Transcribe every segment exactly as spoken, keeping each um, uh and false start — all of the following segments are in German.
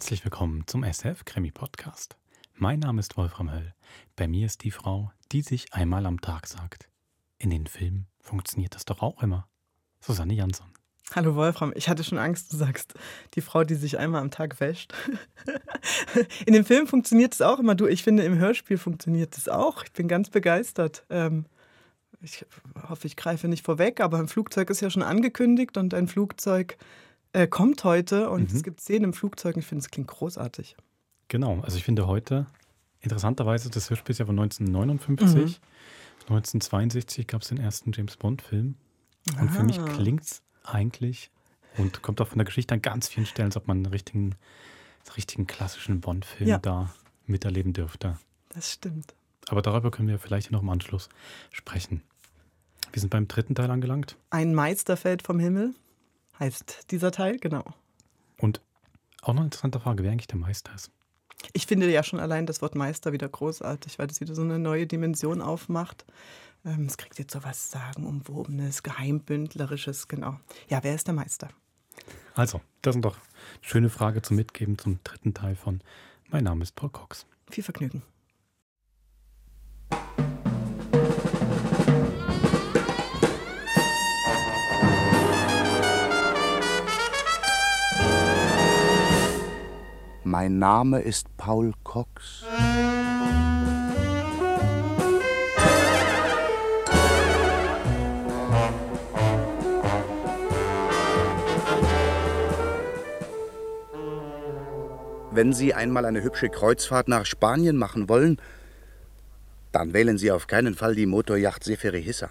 Herzlich willkommen zum S F Krimi Podcast. Mein Name ist Wolfram Höll. Bei mir ist die Frau, die sich einmal am Tag sagt. In den Filmen funktioniert das doch auch immer. Susanne Jansson. Hallo Wolfram, ich hatte schon Angst, du sagst, die Frau, die sich einmal am Tag wäscht. In dem Film funktioniert es auch immer. Du, ich finde, im Hörspiel funktioniert es auch. Ich bin ganz begeistert. Ähm, ich hoffe, ich greife nicht vorweg, aber ein Flugzeug ist ja schon angekündigt und ein Flugzeug äh, kommt heute und mhm. es gibt Szenen im Flugzeug und ich finde, es klingt großartig. Genau, also ich finde heute, interessanterweise, das Hörspiel ist ja von neunzehnhundertneunundfünfzig. Mhm. neunzehnhundertzweiundsechzig gab es den ersten James-Bond-Film. Und für mich klingt es eigentlich und kommt auch von der Geschichte an ganz vielen Stellen, als ob man einen richtigen, richtigen klassischen Bond-Film ja. da miterleben dürfte. Das stimmt. Aber darüber können wir vielleicht noch im Anschluss sprechen. Wir sind beim dritten Teil angelangt. Ein Meister fällt vom Himmel, heißt dieser Teil, genau. Und auch noch eine interessante Frage, wer eigentlich der Meister ist. Ich finde ja schon allein das Wort Meister wieder großartig, weil das wieder so eine neue Dimension aufmacht. Es kriegt jetzt so was Sagenumwobenes, Geheimbündlerisches, genau. Ja, wer ist der Meister? Also, das sind doch schöne Fragen zum Mitgeben zum dritten Teil von Mein Name ist Paul Cox. Viel Vergnügen. Mein Name ist Paul Cox. Wenn Sie einmal eine hübsche Kreuzfahrt nach Spanien machen wollen, dann wählen Sie auf keinen Fall die Motoryacht Zephyrihissa.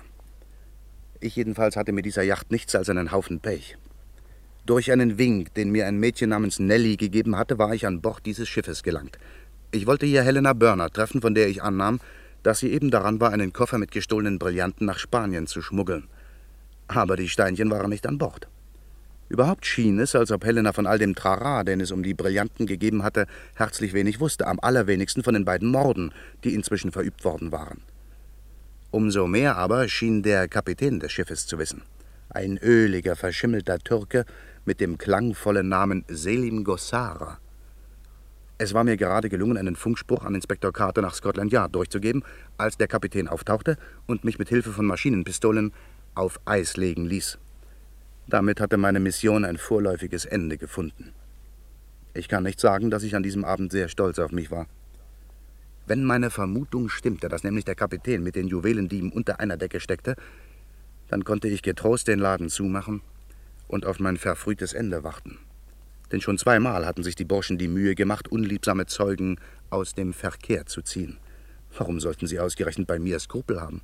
Ich jedenfalls hatte mit dieser Yacht nichts als einen Haufen Pech. Durch einen Wink, den mir ein Mädchen namens Nelly gegeben hatte, war ich an Bord dieses Schiffes gelangt. Ich wollte hier Helena Burner treffen, von der ich annahm, dass sie eben daran war, einen Koffer mit gestohlenen Brillanten nach Spanien zu schmuggeln. Aber die Steinchen waren nicht an Bord. Überhaupt schien es, als ob Helena von all dem Trara, den es um die Brillanten gegeben hatte, herzlich wenig wusste, am allerwenigsten von den beiden Morden, die inzwischen verübt worden waren. Umso mehr aber schien der Kapitän des Schiffes zu wissen. Ein öliger, verschimmelter Türke mit dem klangvollen Namen Selim Gossara. Es war mir gerade gelungen, einen Funkspruch an Inspektor Carter nach Scotland Yard durchzugeben, als der Kapitän auftauchte und mich mit Hilfe von Maschinenpistolen auf Eis legen ließ. Damit hatte meine Mission ein vorläufiges Ende gefunden. Ich kann nicht sagen, dass ich an diesem Abend sehr stolz auf mich war. Wenn meine Vermutung stimmte, dass nämlich der Kapitän mit den Juwelendieben unter einer Decke steckte, dann konnte ich getrost den Laden zumachen und auf mein verfrühtes Ende warten. Denn schon zweimal hatten sich die Burschen die Mühe gemacht, unliebsame Zeugen aus dem Verkehr zu ziehen. Warum sollten sie ausgerechnet bei mir Skrupel haben?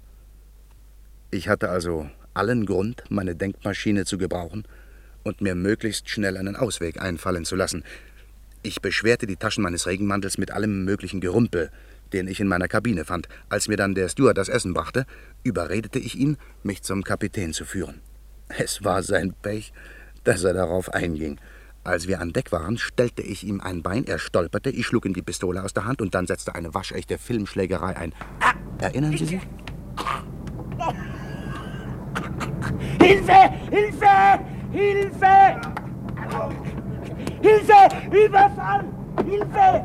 Ich hatte also allen Grund, meine Denkmaschine zu gebrauchen und mir möglichst schnell einen Ausweg einfallen zu lassen. Ich beschwerte die Taschen meines Regenmantels mit allem möglichen Gerümpel, den ich in meiner Kabine fand. Als mir dann der Steward das Essen brachte, überredete ich ihn, mich zum Kapitän zu führen. Es war sein Pech, dass er darauf einging. Als wir an Deck waren, stellte ich ihm ein Bein, er stolperte, ich schlug ihm die Pistole aus der Hand und dann setzte eine waschechte Filmschlägerei ein. Ah, erinnern Sie sich? Hilfe! Hilfe! Hilfe! Hilfe! Überfall! Hilfe!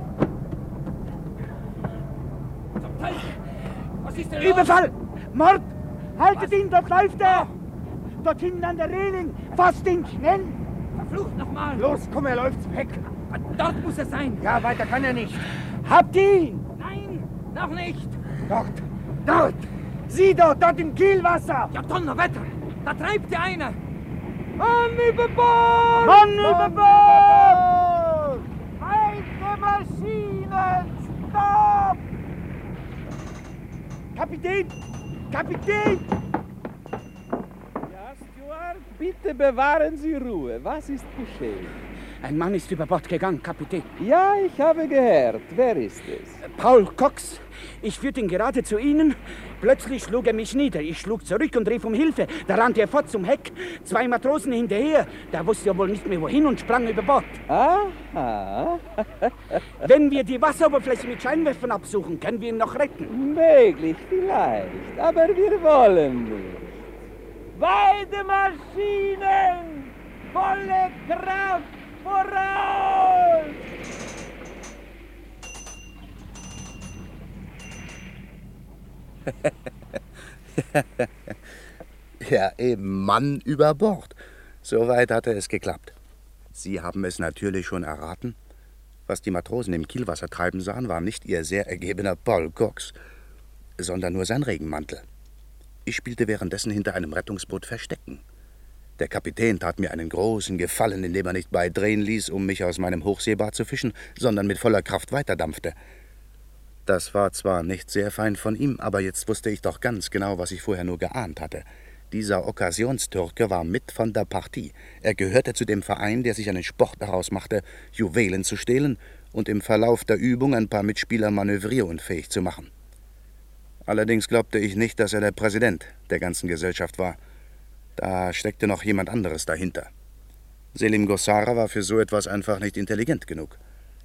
Was ist denn los? Überfall! Mord! Haltet ihn, dort läuft er! Dort hinten an der Reling! Fasst ihn, schnell! Verflucht nochmal! Los, komm, er läuft weg! Dort muss er sein! Ja, weiter kann er nicht! Habt ihn! Nein, noch nicht! Dort! Dort! Sieh dort, dort im Kielwasser! Ja, Donnerwetter! Da treibt ja einer! Mann über Bord! Mann über Bord! Weite Maschinen! Stopp! Kapitän! Kapitän! Ja, Steward, bitte bewahren Sie Ruhe. Was ist geschehen? Ein Mann ist über Bord gegangen, Kapitän. Ja, ich habe gehört. Wer ist es? Paul Cox. Ich führte ihn gerade zu Ihnen. Plötzlich schlug er mich nieder. Ich schlug zurück und rief um Hilfe. Da rannte er fort zum Heck. Zwei Matrosen hinterher. Da wusste er wohl nicht mehr wohin und sprang über Bord. Aha. Wenn wir die Wasseroberfläche mit Scheinwerfern absuchen, können wir ihn noch retten. Möglich, vielleicht. Aber wir wollen nicht. Beide Maschinen! Volle Kraft! Voraus! Ja, eben Mann über Bord. Soweit hatte es geklappt. Sie haben es natürlich schon erraten. Was die Matrosen im Kielwasser treiben sahen, war nicht ihr sehr ergebener Paul Cox, sondern nur sein Regenmantel. Ich spielte währenddessen hinter einem Rettungsboot Verstecken. Der Kapitän tat mir einen großen Gefallen, indem er nicht beidrehen ließ, um mich aus meinem Hochseebad zu fischen, sondern mit voller Kraft weiterdampfte. Das war zwar nicht sehr fein von ihm, aber jetzt wusste ich doch ganz genau, was ich vorher nur geahnt hatte. Dieser Okkasionstürke war mit von der Partie. Er gehörte zu dem Verein, der sich einen Sport daraus machte, Juwelen zu stehlen und im Verlauf der Übung ein paar Mitspieler manövrierunfähig zu machen. Allerdings glaubte ich nicht, dass er der Präsident der ganzen Gesellschaft war. Da steckte noch jemand anderes dahinter. Selim Gossara war für so etwas einfach nicht intelligent genug.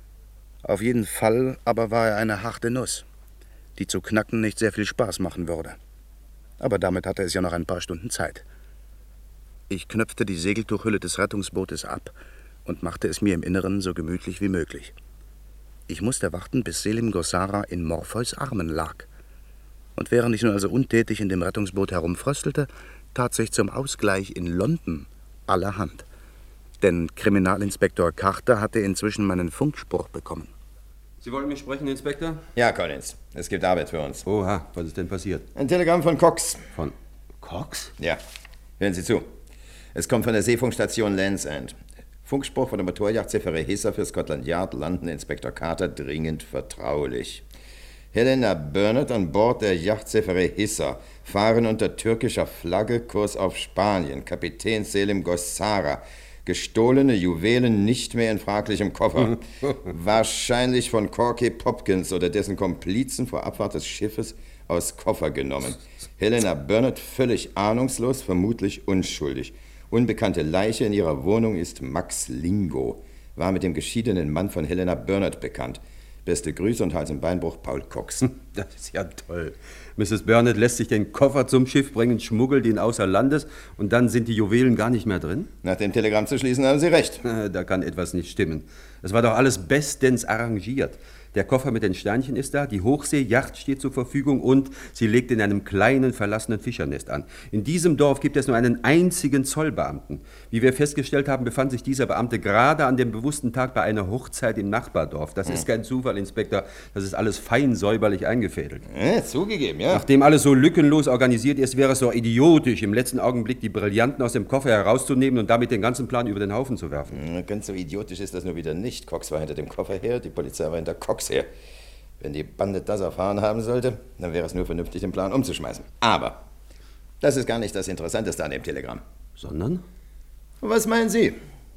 Auf jeden Fall aber war er eine harte Nuss, die zu knacken nicht sehr viel Spaß machen würde. Aber damit hatte es ja noch ein paar Stunden Zeit. Ich knöpfte die Segeltuchhülle des Rettungsbootes ab und machte es mir im Inneren so gemütlich wie möglich. Ich musste warten, bis Selim Gossara in Morpheus Armen lag. Und während ich nun also untätig in dem Rettungsboot herumfröstelte, tat sich zum Ausgleich in London allerhand. Denn Kriminalinspektor Carter hatte inzwischen meinen Funkspruch bekommen. Sie wollen mich sprechen, Inspektor? Ja, Collins. Es gibt Arbeit für uns. Oha, was ist denn passiert? Ein Telegramm von Cox. Von Cox? Ja. Hören Sie zu. Es kommt von der Seefunkstation Land's End. Funkspruch von der Motoryacht Zephyrä Hissa für Scotland Yard, London, Inspektor Carter, dringend vertraulich. Helena Burnett an Bord der Yacht Zephyrä Hissa fahren unter türkischer Flagge Kurs auf Spanien. Kapitän Selim Gossara. Gestohlene Juwelen nicht mehr in fraglichem Koffer. Wahrscheinlich von Corky Popkins oder dessen Komplizen vor Abfahrt des Schiffes aus Koffer genommen. Helena Burnett völlig ahnungslos, vermutlich unschuldig. Unbekannte Leiche in ihrer Wohnung ist Max Lingo. War mit dem geschiedenen Mann von Helena Burnett bekannt. Beste Grüße und Hals- und Beinbruch, Paul Cox. Das ist ja toll. Misses Burnett lässt sich den Koffer zum Schiff bringen, schmuggelt ihn außer Landes und dann sind die Juwelen gar nicht mehr drin? Nach dem Telegramm zu schließen, haben Sie recht. Da kann etwas nicht stimmen. Es war doch alles bestens arrangiert. Der Koffer mit den Sternchen ist da, die Hochseejacht steht zur Verfügung und sie legt in einem kleinen, verlassenen Fischernest an. In diesem Dorf gibt es nur einen einzigen Zollbeamten. Wie wir festgestellt haben, befand sich dieser Beamte gerade an dem bewussten Tag bei einer Hochzeit im Nachbardorf. Das hm. ist kein Zufall, Inspektor. Das ist alles fein säuberlich eingefädelt. Ja, zugegeben, ja. Nachdem alles so lückenlos organisiert ist, wäre es doch idiotisch, im letzten Augenblick die Brillanten aus dem Koffer herauszunehmen und damit den ganzen Plan über den Haufen zu werfen. Hm, ganz so idiotisch ist das nur wieder nicht. Cox war hinter dem Koffer her, die Polizei war hinter Cox her. Wenn die Bande das erfahren haben sollte, dann wäre es nur vernünftig, den Plan umzuschmeißen. Aber das ist gar nicht das Interessanteste an dem Telegramm. Sondern? Was meinen Sie?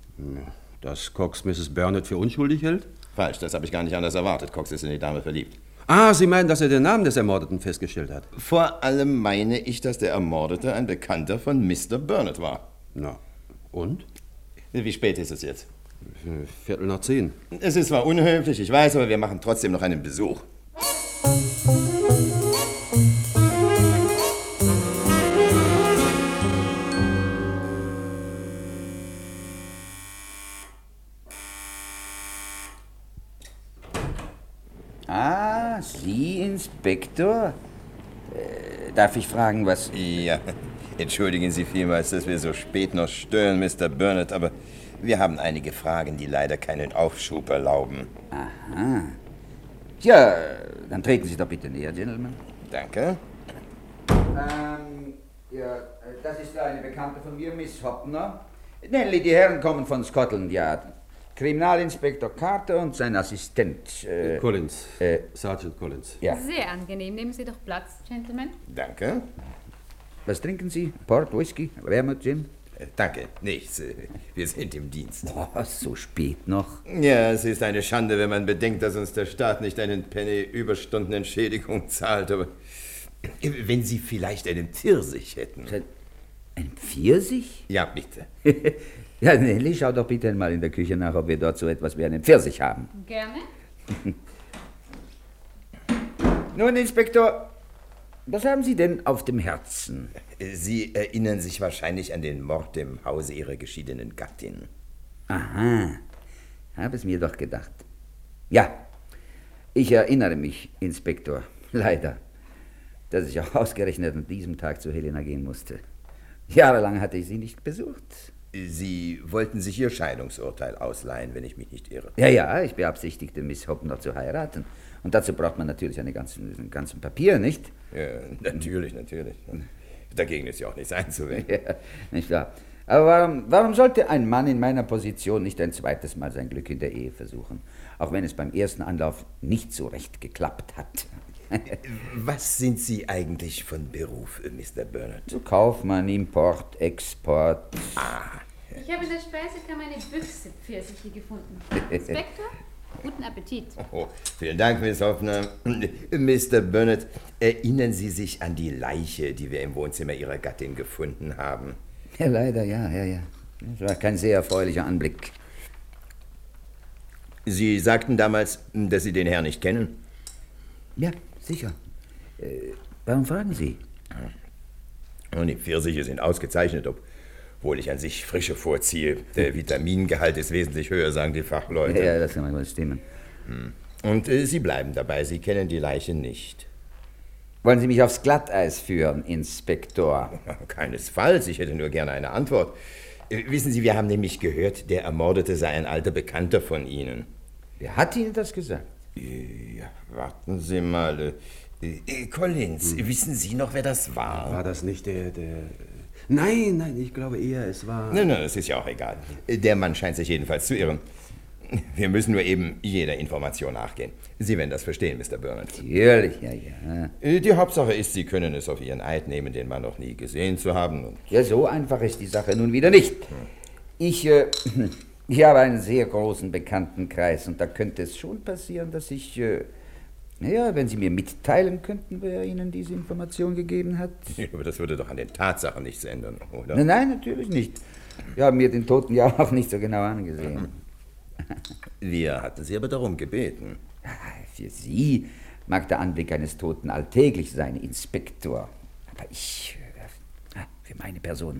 Dass Cox Misses Burnett für unschuldig hält? Falsch, das habe ich gar nicht anders erwartet. Cox ist in die Dame verliebt. Ah, Sie meinen, dass er den Namen des Ermordeten festgestellt hat? Vor allem meine ich, dass der Ermordete ein Bekannter von Mister Burnett war. Na, und? Wie spät ist es jetzt? Viertel nach zehn. Es ist zwar unhöflich, ich weiß, aber wir machen trotzdem noch einen Besuch. Ah, Sie, Inspektor? Äh, darf ich fragen, was... Ja, entschuldigen Sie vielmals, dass wir so spät noch stören, Mister Burnett, aber wir haben einige Fragen, die leider keinen Aufschub erlauben. Aha. Ja, dann treten Sie doch bitte näher, Gentleman. Danke. Ähm, ja, das ist eine Bekannte von mir, Miss Hoppner. Nelly, die Herren kommen von Scotland Yard. Kriminalinspektor Carter und sein Assistent. Äh, Collins. Äh, Sergeant Collins. Ja. Sehr angenehm. Nehmen Sie doch Platz, Gentlemen. Danke. Was trinken Sie? Port, Whisky, Wermut, Gin? Äh, danke, nichts. Wir sind im Dienst. Boah, so spät noch. Ja, es ist eine Schande, wenn man bedenkt, dass uns der Staat nicht einen Penny Überstundenentschädigung zahlt, aber wenn Sie vielleicht einen Pfirsich hätten. Ein Pfirsich? Ja, bitte. Ja, Nelly, schau doch bitte mal in der Küche nach, ob wir dort so etwas wie einen Pfirsich haben. Gerne. Nun, Inspektor, was haben Sie denn auf dem Herzen? Sie erinnern sich wahrscheinlich an den Mord im Hause Ihrer geschiedenen Gattin. Aha, habe es mir doch gedacht. Ja, ich erinnere mich, Inspektor, leider. dass ich auch ausgerechnet an diesem Tag zu Helena gehen musste. Jahrelang hatte ich sie nicht besucht. Sie wollten sich Ihr Scheidungsurteil ausleihen, wenn ich mich nicht irre. Ja, ja, ich beabsichtigte, Miss Hoppner zu heiraten. Und dazu braucht man natürlich eine ganzen, einen ganzen Papier, nicht? Ja, natürlich, natürlich. Dagegen ist ja auch nichts einzuwenden. Ja, nicht wahr? Aber warum, warum sollte ein Mann in meiner Position nicht ein zweites Mal sein Glück in der Ehe versuchen? Auch wenn es beim ersten Anlauf nicht so recht geklappt hat. Was sind Sie eigentlich von Beruf, Mister Burnett? So Kaufmann, Import, Export. Ah. Ich habe in der Speisekammer eine Büchse Pfirsiche gefunden. Inspektor, guten Appetit. Oh, vielen Dank, Miss Hoffner. Mister Burnett, erinnern Sie sich an die Leiche, die wir im Wohnzimmer Ihrer Gattin gefunden haben? Ja, leider, ja, ja, ja. Das war kein sehr erfreulicher Anblick. Sie sagten damals, dass Sie den Herrn nicht kennen? Ja, sicher. Äh, warum fragen Sie? Und die Pfirsiche sind ausgezeichnet, obwohl ich an sich Frische vorziehe. Der Vitamingehalt ist wesentlich höher, sagen die Fachleute. Ja, das kann manchmal stimmen. Und äh, Sie bleiben dabei, Sie kennen die Leiche nicht. Wollen Sie mich aufs Glatteis führen, Inspektor? Keinesfalls, ich hätte nur gerne eine Antwort. Äh, wissen Sie, wir haben nämlich gehört, der Ermordete sei ein alter Bekannter von Ihnen. Wer hat Ihnen das gesagt? Ja, warten Sie mal. Äh, Collins, hm. wissen Sie noch, wer das war? War das nicht der, der... Nein, nein, ich glaube eher, es war... Nein, nein, das ist ja auch egal. Der Mann scheint sich jedenfalls zu irren. Wir müssen nur eben jeder Information nachgehen. Sie werden das verstehen, Mister Burnett. Natürlich, ja, ja. Die Hauptsache ist, Sie können es auf Ihren Eid nehmen, den Mann noch nie gesehen zu haben. Und ja, so einfach ist die Sache nun wieder nicht. Ich, äh, ich habe einen sehr großen Bekanntenkreis und da könnte es schon passieren, dass ich, äh, naja, wenn Sie mir mitteilen könnten, wer Ihnen diese Information gegeben hat. Ja, aber das würde doch an den Tatsachen nichts ändern, oder? Nein, nein, natürlich nicht. Wir haben mir den Toten ja auch nicht so genau angesehen. Wir hatten Sie aber darum gebeten. Für Sie mag der Anblick eines Toten alltäglich sein, Inspektor. Aber ich, äh, für meine Person,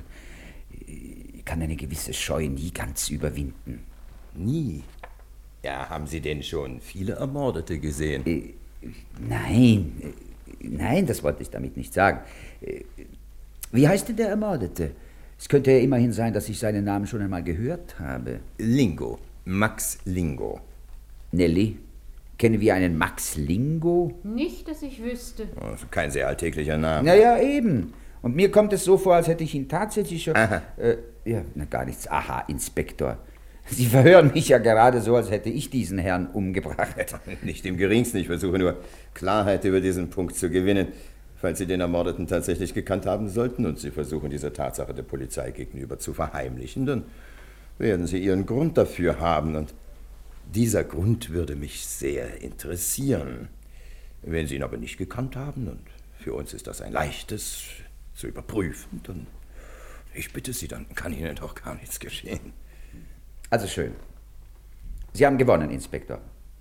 ich kann eine gewisse Scheu nie ganz überwinden. Nie? Ja, haben Sie denn schon viele Ermordete gesehen? Äh, nein, äh, nein, das wollte ich damit nicht sagen. Äh, wie heißt denn der Ermordete? Es könnte ja immerhin sein, dass ich seinen Namen schon einmal gehört habe. Lingo. Max Lingo. Nelly, kennen wir einen Max Lingo? Nicht, dass ich wüsste. Also kein sehr alltäglicher Name. Naja, eben. Und mir kommt es so vor, als hätte ich ihn tatsächlich schon... Aha. Äh, ja, na, gar nichts. Aha, Inspektor. Sie verhören mich ja gerade so, als hätte ich diesen Herrn umgebracht. Nicht im Geringsten. Ich versuche nur, Klarheit über diesen Punkt zu gewinnen. Falls Sie den Ermordeten tatsächlich gekannt haben sollten und Sie versuchen, diese Tatsache der Polizei gegenüber zu verheimlichen, dann werden Sie Ihren Grund dafür haben. Und dieser Grund würde mich sehr interessieren. Wenn Sie ihn aber nicht gekannt haben, und für uns ist das ein leichtes zu überprüfen, dann, ich bitte Sie, dann kann Ihnen doch gar nichts geschehen. Also schön. Sie haben gewonnen, Inspektor.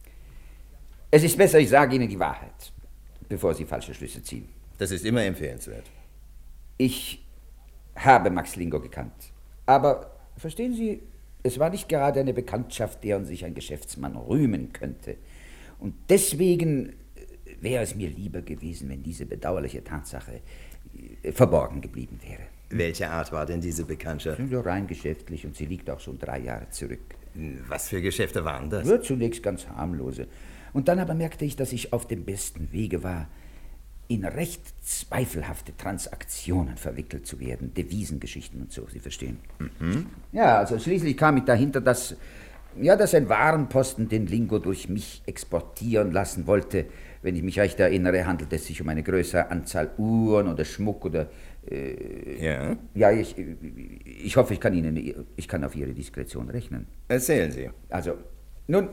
Es ist besser, ich sage Ihnen die Wahrheit, bevor Sie falsche Schlüsse ziehen. Das ist immer empfehlenswert. Ich habe Max Lingo gekannt. Aber, verstehen Sie, es war nicht gerade eine Bekanntschaft, deren sich ein Geschäftsmann rühmen könnte. Und deswegen wäre es mir lieber gewesen, wenn diese bedauerliche Tatsache verborgen geblieben wäre. Welche Art war denn diese Bekanntschaft? Ja, rein geschäftlich, und sie liegt auch schon drei Jahre zurück. Was für Geschäfte waren das? Ja, zunächst ganz harmlose. Und dann aber merkte ich, dass ich auf dem besten Wege war, in recht zweifelhafte Transaktionen verwickelt zu werden. Devisengeschichten und so, Sie verstehen. Mhm. Ja, also schließlich kam ich dahinter, dass, ja, dass ein Warenposten den Lingo durch mich exportieren lassen wollte. Wenn ich mich recht erinnere, handelt es sich um eine größere Anzahl Uhren oder Schmuck oder... Äh, ja? Ja, ich, ich hoffe, ich kann Ihnen, ich kann auf Ihre Diskretion rechnen. Erzählen Sie. Also, nun,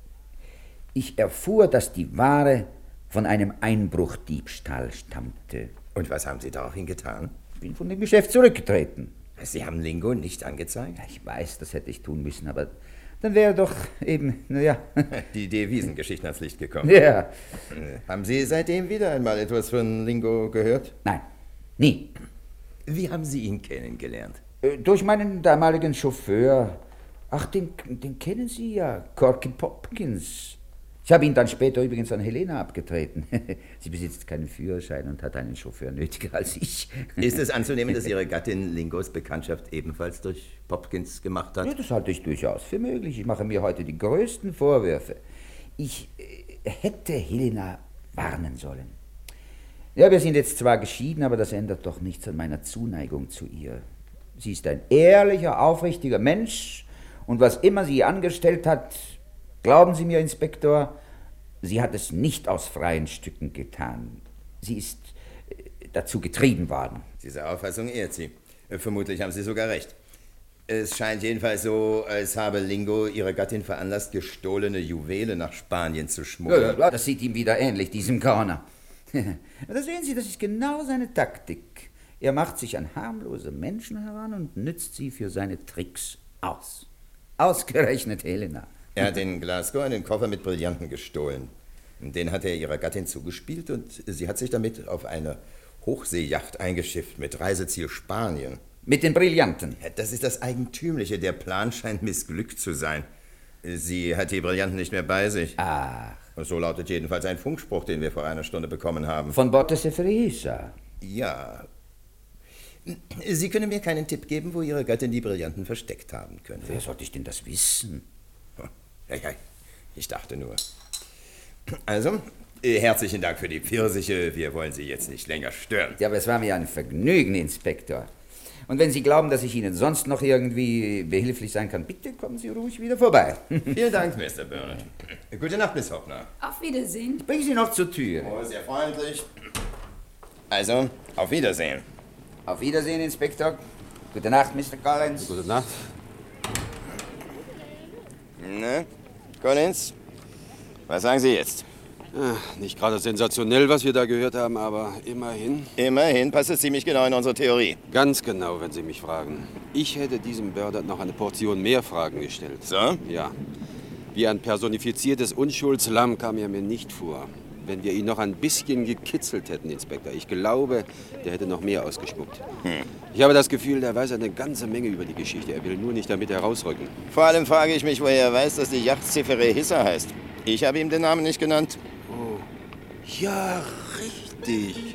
ich erfuhr, dass die Ware von einem Einbruchdiebstahl stammte. Und was haben Sie daraufhin getan? Ich bin von dem Geschäft zurückgetreten. Sie haben Lingo nicht angezeigt? Ja, ich weiß, das hätte ich tun müssen, aber dann wäre doch eben, naja... Die Devisengeschichten ans Licht gekommen. Ja. Haben Sie seitdem wieder einmal etwas von Lingo gehört? Nein, nie. Wie haben Sie ihn kennengelernt? Äh, durch meinen damaligen Chauffeur. Ach, den, den kennen Sie ja, Corky Popkins. Ich habe ihn dann später übrigens an Helena abgetreten. Sie besitzt keinen Führerschein und hat einen Chauffeur nötiger als ich. Ist es anzunehmen, dass Ihre Gattin Lingos Bekanntschaft ebenfalls durch Popkins gemacht hat? Ja, das halte ich durchaus für möglich. Ich mache mir heute die größten Vorwürfe. Ich äh, hätte Helena warnen sollen. Ja, wir sind jetzt zwar geschieden, aber das ändert doch nichts an meiner Zuneigung zu ihr. Sie ist ein ehrlicher, aufrichtiger Mensch und was immer sie angestellt hat, glauben Sie mir, Inspektor, sie hat es nicht aus freien Stücken getan. Sie ist äh, dazu getrieben worden. Diese Auffassung ehrt Sie. Vermutlich haben Sie sogar recht. Es scheint jedenfalls so, als habe Lingo ihre Gattin veranlasst, gestohlene Juwele nach Spanien zu schmuggeln. Ja, das sieht ihm wieder ähnlich, diesem Gauner. Da sehen Sie, das ist genau seine Taktik. Er macht sich an harmlose Menschen heran und nützt sie für seine Tricks aus. Ausgerechnet Helena. Er hat in Glasgow einen Koffer mit Brillanten gestohlen. Den hat er ihrer Gattin zugespielt und sie hat sich damit auf eine Hochseejacht eingeschifft mit Reiseziel Spanien. Mit den Brillanten? Das ist das Eigentümliche. Der Plan scheint missglückt zu sein. Sie hat die Brillanten nicht mehr bei sich. Ach. So lautet jedenfalls ein Funkspruch, den wir vor einer Stunde bekommen haben. Von Bord des Seferisa? Ja. Sie können mir keinen Tipp geben, wo Ihre Gattin die Brillanten versteckt haben könnte. Wer sollte ich denn das wissen? Ja, ja, ich dachte nur. Also, herzlichen Dank für die Pfirsiche. Wir wollen Sie jetzt nicht länger stören. Ja, aber es war mir ein Vergnügen, Inspektor. Und wenn Sie glauben, dass ich Ihnen sonst noch irgendwie behilflich sein kann, bitte kommen Sie ruhig wieder vorbei. Vielen Dank, Mister Burnett. Gute Nacht, Miss Hoppner. Auf Wiedersehen. Ich bringe Sie noch zur Tür. Oh, sehr freundlich. Also, auf Wiedersehen. Auf Wiedersehen, Inspektor. Gute Nacht, Mister Collins. Gute Nacht. Ne, Collins, was sagen Sie jetzt? Ach, nicht gerade sensationell, was wir da gehört haben, aber immerhin. Immerhin passt es ziemlich genau in unsere Theorie. Ganz genau, wenn Sie mich fragen. Ich hätte diesem Burdett noch eine Portion mehr Fragen gestellt. So? Ja. Wie ein personifiziertes Unschuldslamm kam er mir nicht vor. Wenn wir ihn noch ein bisschen gekitzelt hätten, Inspektor, ich glaube, der hätte noch mehr ausgespuckt. Hm. Ich habe das Gefühl, der weiß eine ganze Menge über die Geschichte. Er will nur nicht damit herausrücken. Vor allem frage ich mich, woher er weiß, dass die Yacht Seferehissa heißt. Ich habe ihm den Namen nicht genannt. Oh, ja, richtig.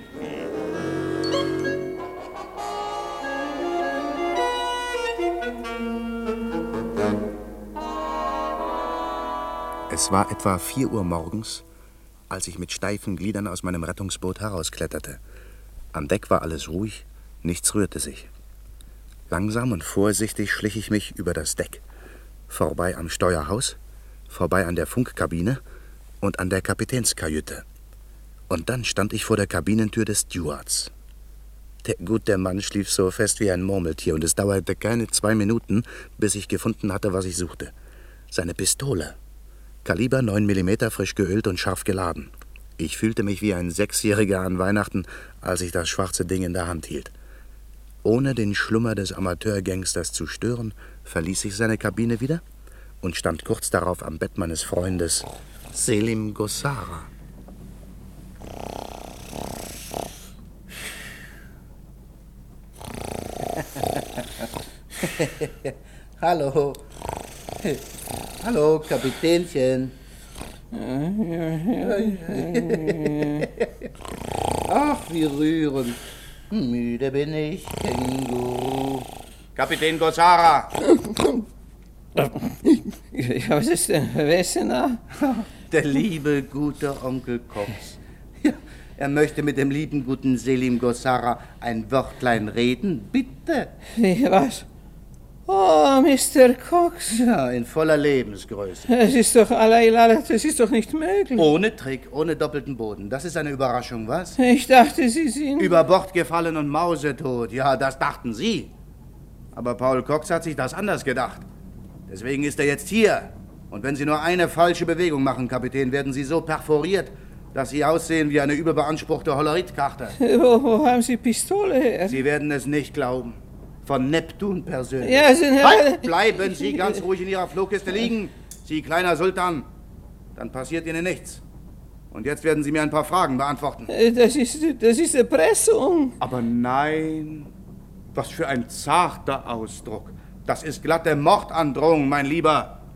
Es war etwa vier Uhr morgens, als ich mit steifen Gliedern aus meinem Rettungsboot herauskletterte. An Deck war alles ruhig, nichts rührte sich. Langsam und vorsichtig schlich ich mich über das Deck, vorbei am Steuerhaus, vorbei an der Funkkabine und an der Kapitänskajüte. Und dann stand ich vor der Kabinentür des Stewards. Der gute Mann schlief so fest wie ein Murmeltier und es dauerte keine zwei Minuten, bis ich gefunden hatte, was ich suchte. Seine Pistole. Kaliber neun Millimeter, frisch geölt und scharf geladen. Ich fühlte mich wie ein Sechsjähriger an Weihnachten, als ich das schwarze Ding in der Hand hielt. Ohne den Schlummer des Amateurgangsters zu stören, verließ ich seine Kabine wieder und stand kurz darauf am Bett meines Freundes Selim Gossara. Hallo. Hallo, Kapitänchen. Ach, wie rührend. Müde bin ich, Känguru. Kapitän Gossara! Ja, was ist denn? Wer ist denn da? Der liebe, gute Onkel Cox. Ja, er möchte mit dem lieben, guten Selim Gossara ein Wörtlein reden, bitte. Wie, was? Oh, Mister Cox. Ja, in voller Lebensgröße. Das ist doch allein, das ist doch nicht möglich. Ohne Trick, ohne doppelten Boden. Das ist eine Überraschung, was? Ich dachte, Sie sind... Über Bord gefallen und mausetot. Ja, das dachten Sie. Aber Paul Cox hat sich das anders gedacht. Deswegen ist er jetzt hier. Und wenn Sie nur eine falsche Bewegung machen, Kapitän, werden Sie so perforiert, dass Sie aussehen wie eine überbeanspruchte Hollerit-Karte. Wo, wo haben Sie Pistole her? Sie werden es nicht glauben. Von Neptun persönlich. Ja, sind halt, bleiben Sie ganz ruhig in Ihrer Flohkiste liegen, Sie kleiner Sultan. Dann passiert Ihnen nichts. Und jetzt werden Sie mir ein paar Fragen beantworten. Das ist, das ist Erpressung. Aber nein, was für ein zarter Ausdruck. Das ist glatte Mordandrohung, mein Lieber.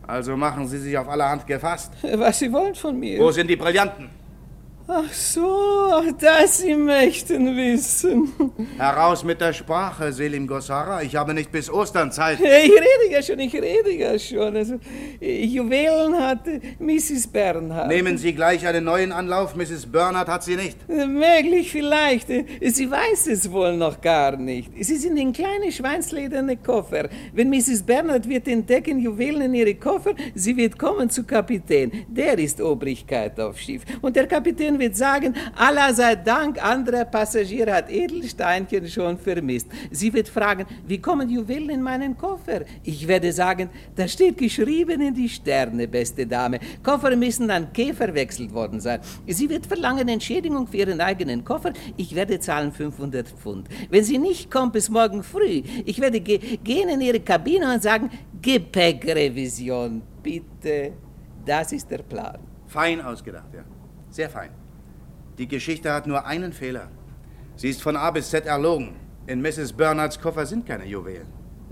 Also machen Sie sich auf allerhand gefasst. Was Sie wollen von mir? Wo sind die Brillanten? Ach so, das Sie möchten wissen. Heraus mit der Sprache, Selim Gossara. Ich habe nicht bis Ostern Zeit. Ich rede ja schon, ich rede ja schon. Also, Juwelen hat Misses Bernhard. Nehmen Sie gleich einen neuen Anlauf. Misses Bernhard hat sie nicht. Möglich vielleicht. Sie weiß es wohl noch gar nicht. Sie sind in kleine schweinslederne Koffer. Wenn Misses Bernhard wird entdecken, Juwelen in ihre Koffer, sie wird kommen zu Kapitän. Der ist Obrigkeit auf Schiff. Und der Kapitän wird sagen, Allah sei Dank, anderer Passagier hat Edelsteinchen schon vermisst. Sie wird fragen, wie kommen Juwelen in meinen Koffer? Ich werde sagen, das steht geschrieben in die Sterne, beste Dame. Koffer müssen an Keh verwechselt worden sein. Sie wird verlangen Entschädigung für ihren eigenen Koffer. Ich werde zahlen fünfhundert Pfund. Wenn sie nicht kommt bis morgen früh, ich werde ge gehen in ihre Kabine und sagen, Gepäckrevision, bitte. Das ist der Plan. Fein ausgedacht, ja. Sehr fein. Die Geschichte hat nur einen Fehler. Sie ist von A bis Z erlogen. In Misses Bernhards Koffer sind keine Juwelen.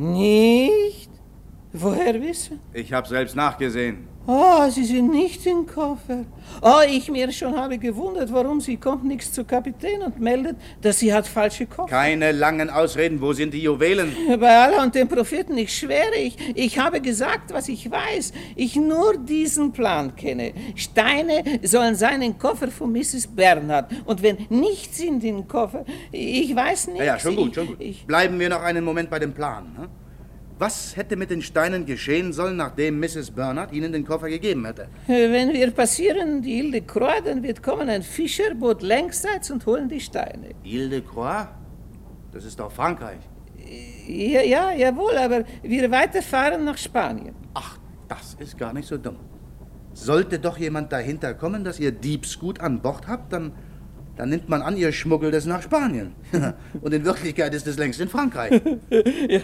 Nicht? Woher wissen? Ich habe selbst nachgesehen. Oh, Sie sind nicht im Koffer. Oh, ich mir schon habe gewundert, warum sie kommt nichts zu Kapitän und meldet, dass sie hat falsche Koffer. Keine langen Ausreden. Wo sind die Juwelen? Bei Allah und dem Propheten, ich schwöre, ich, ich habe gesagt, was ich weiß. Ich nur diesen Plan kenne. Steine sollen sein im Koffer von Misses Bernhard. Und wenn nichts in den Koffer, ich weiß nicht. Ja, ja, schon gut, schon gut. Ich, Bleiben wir noch einen Moment bei dem Plan. Ne? Was hätte mit den Steinen geschehen sollen, nachdem Misses Bernhard Ihnen den Koffer gegeben hätte? Wenn wir passieren die Ile de Croix, dann wird kommen ein Fischerboot längsseits und holen die Steine. Ile de Croix? Das ist doch Frankreich. Ja, ja, jawohl, aber wir weiterfahren nach Spanien. Ach, das ist gar nicht so dumm. Sollte doch jemand dahinter kommen, dass ihr Diebsgut an Bord habt, dann... Dann nimmt man an, ihr schmuggelt es nach Spanien. Und in Wirklichkeit ist es längst in Frankreich. Ja,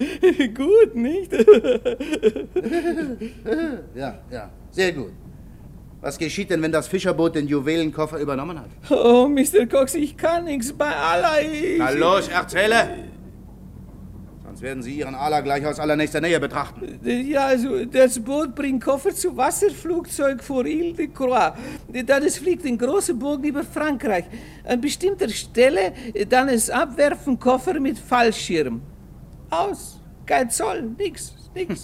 gut, nicht? Ja, ja, sehr gut. Was geschieht denn, wenn das Fischerboot den Juwelenkoffer übernommen hat? Oh, Mister Cox, ich kann nichts bei Allah. Ich... Na los, erzähle! Sonst werden Sie Ihren Allah gleich aus allernächster Nähe betrachten. Ja, also das Boot bringt Koffer zu Wasserflugzeug vor Ile de Croix. Dann es fliegt in großen Bogen über Frankreich. An bestimmter Stelle dann es abwerfen Koffer mit Fallschirm. Aus. Kein Zoll, nix, nix.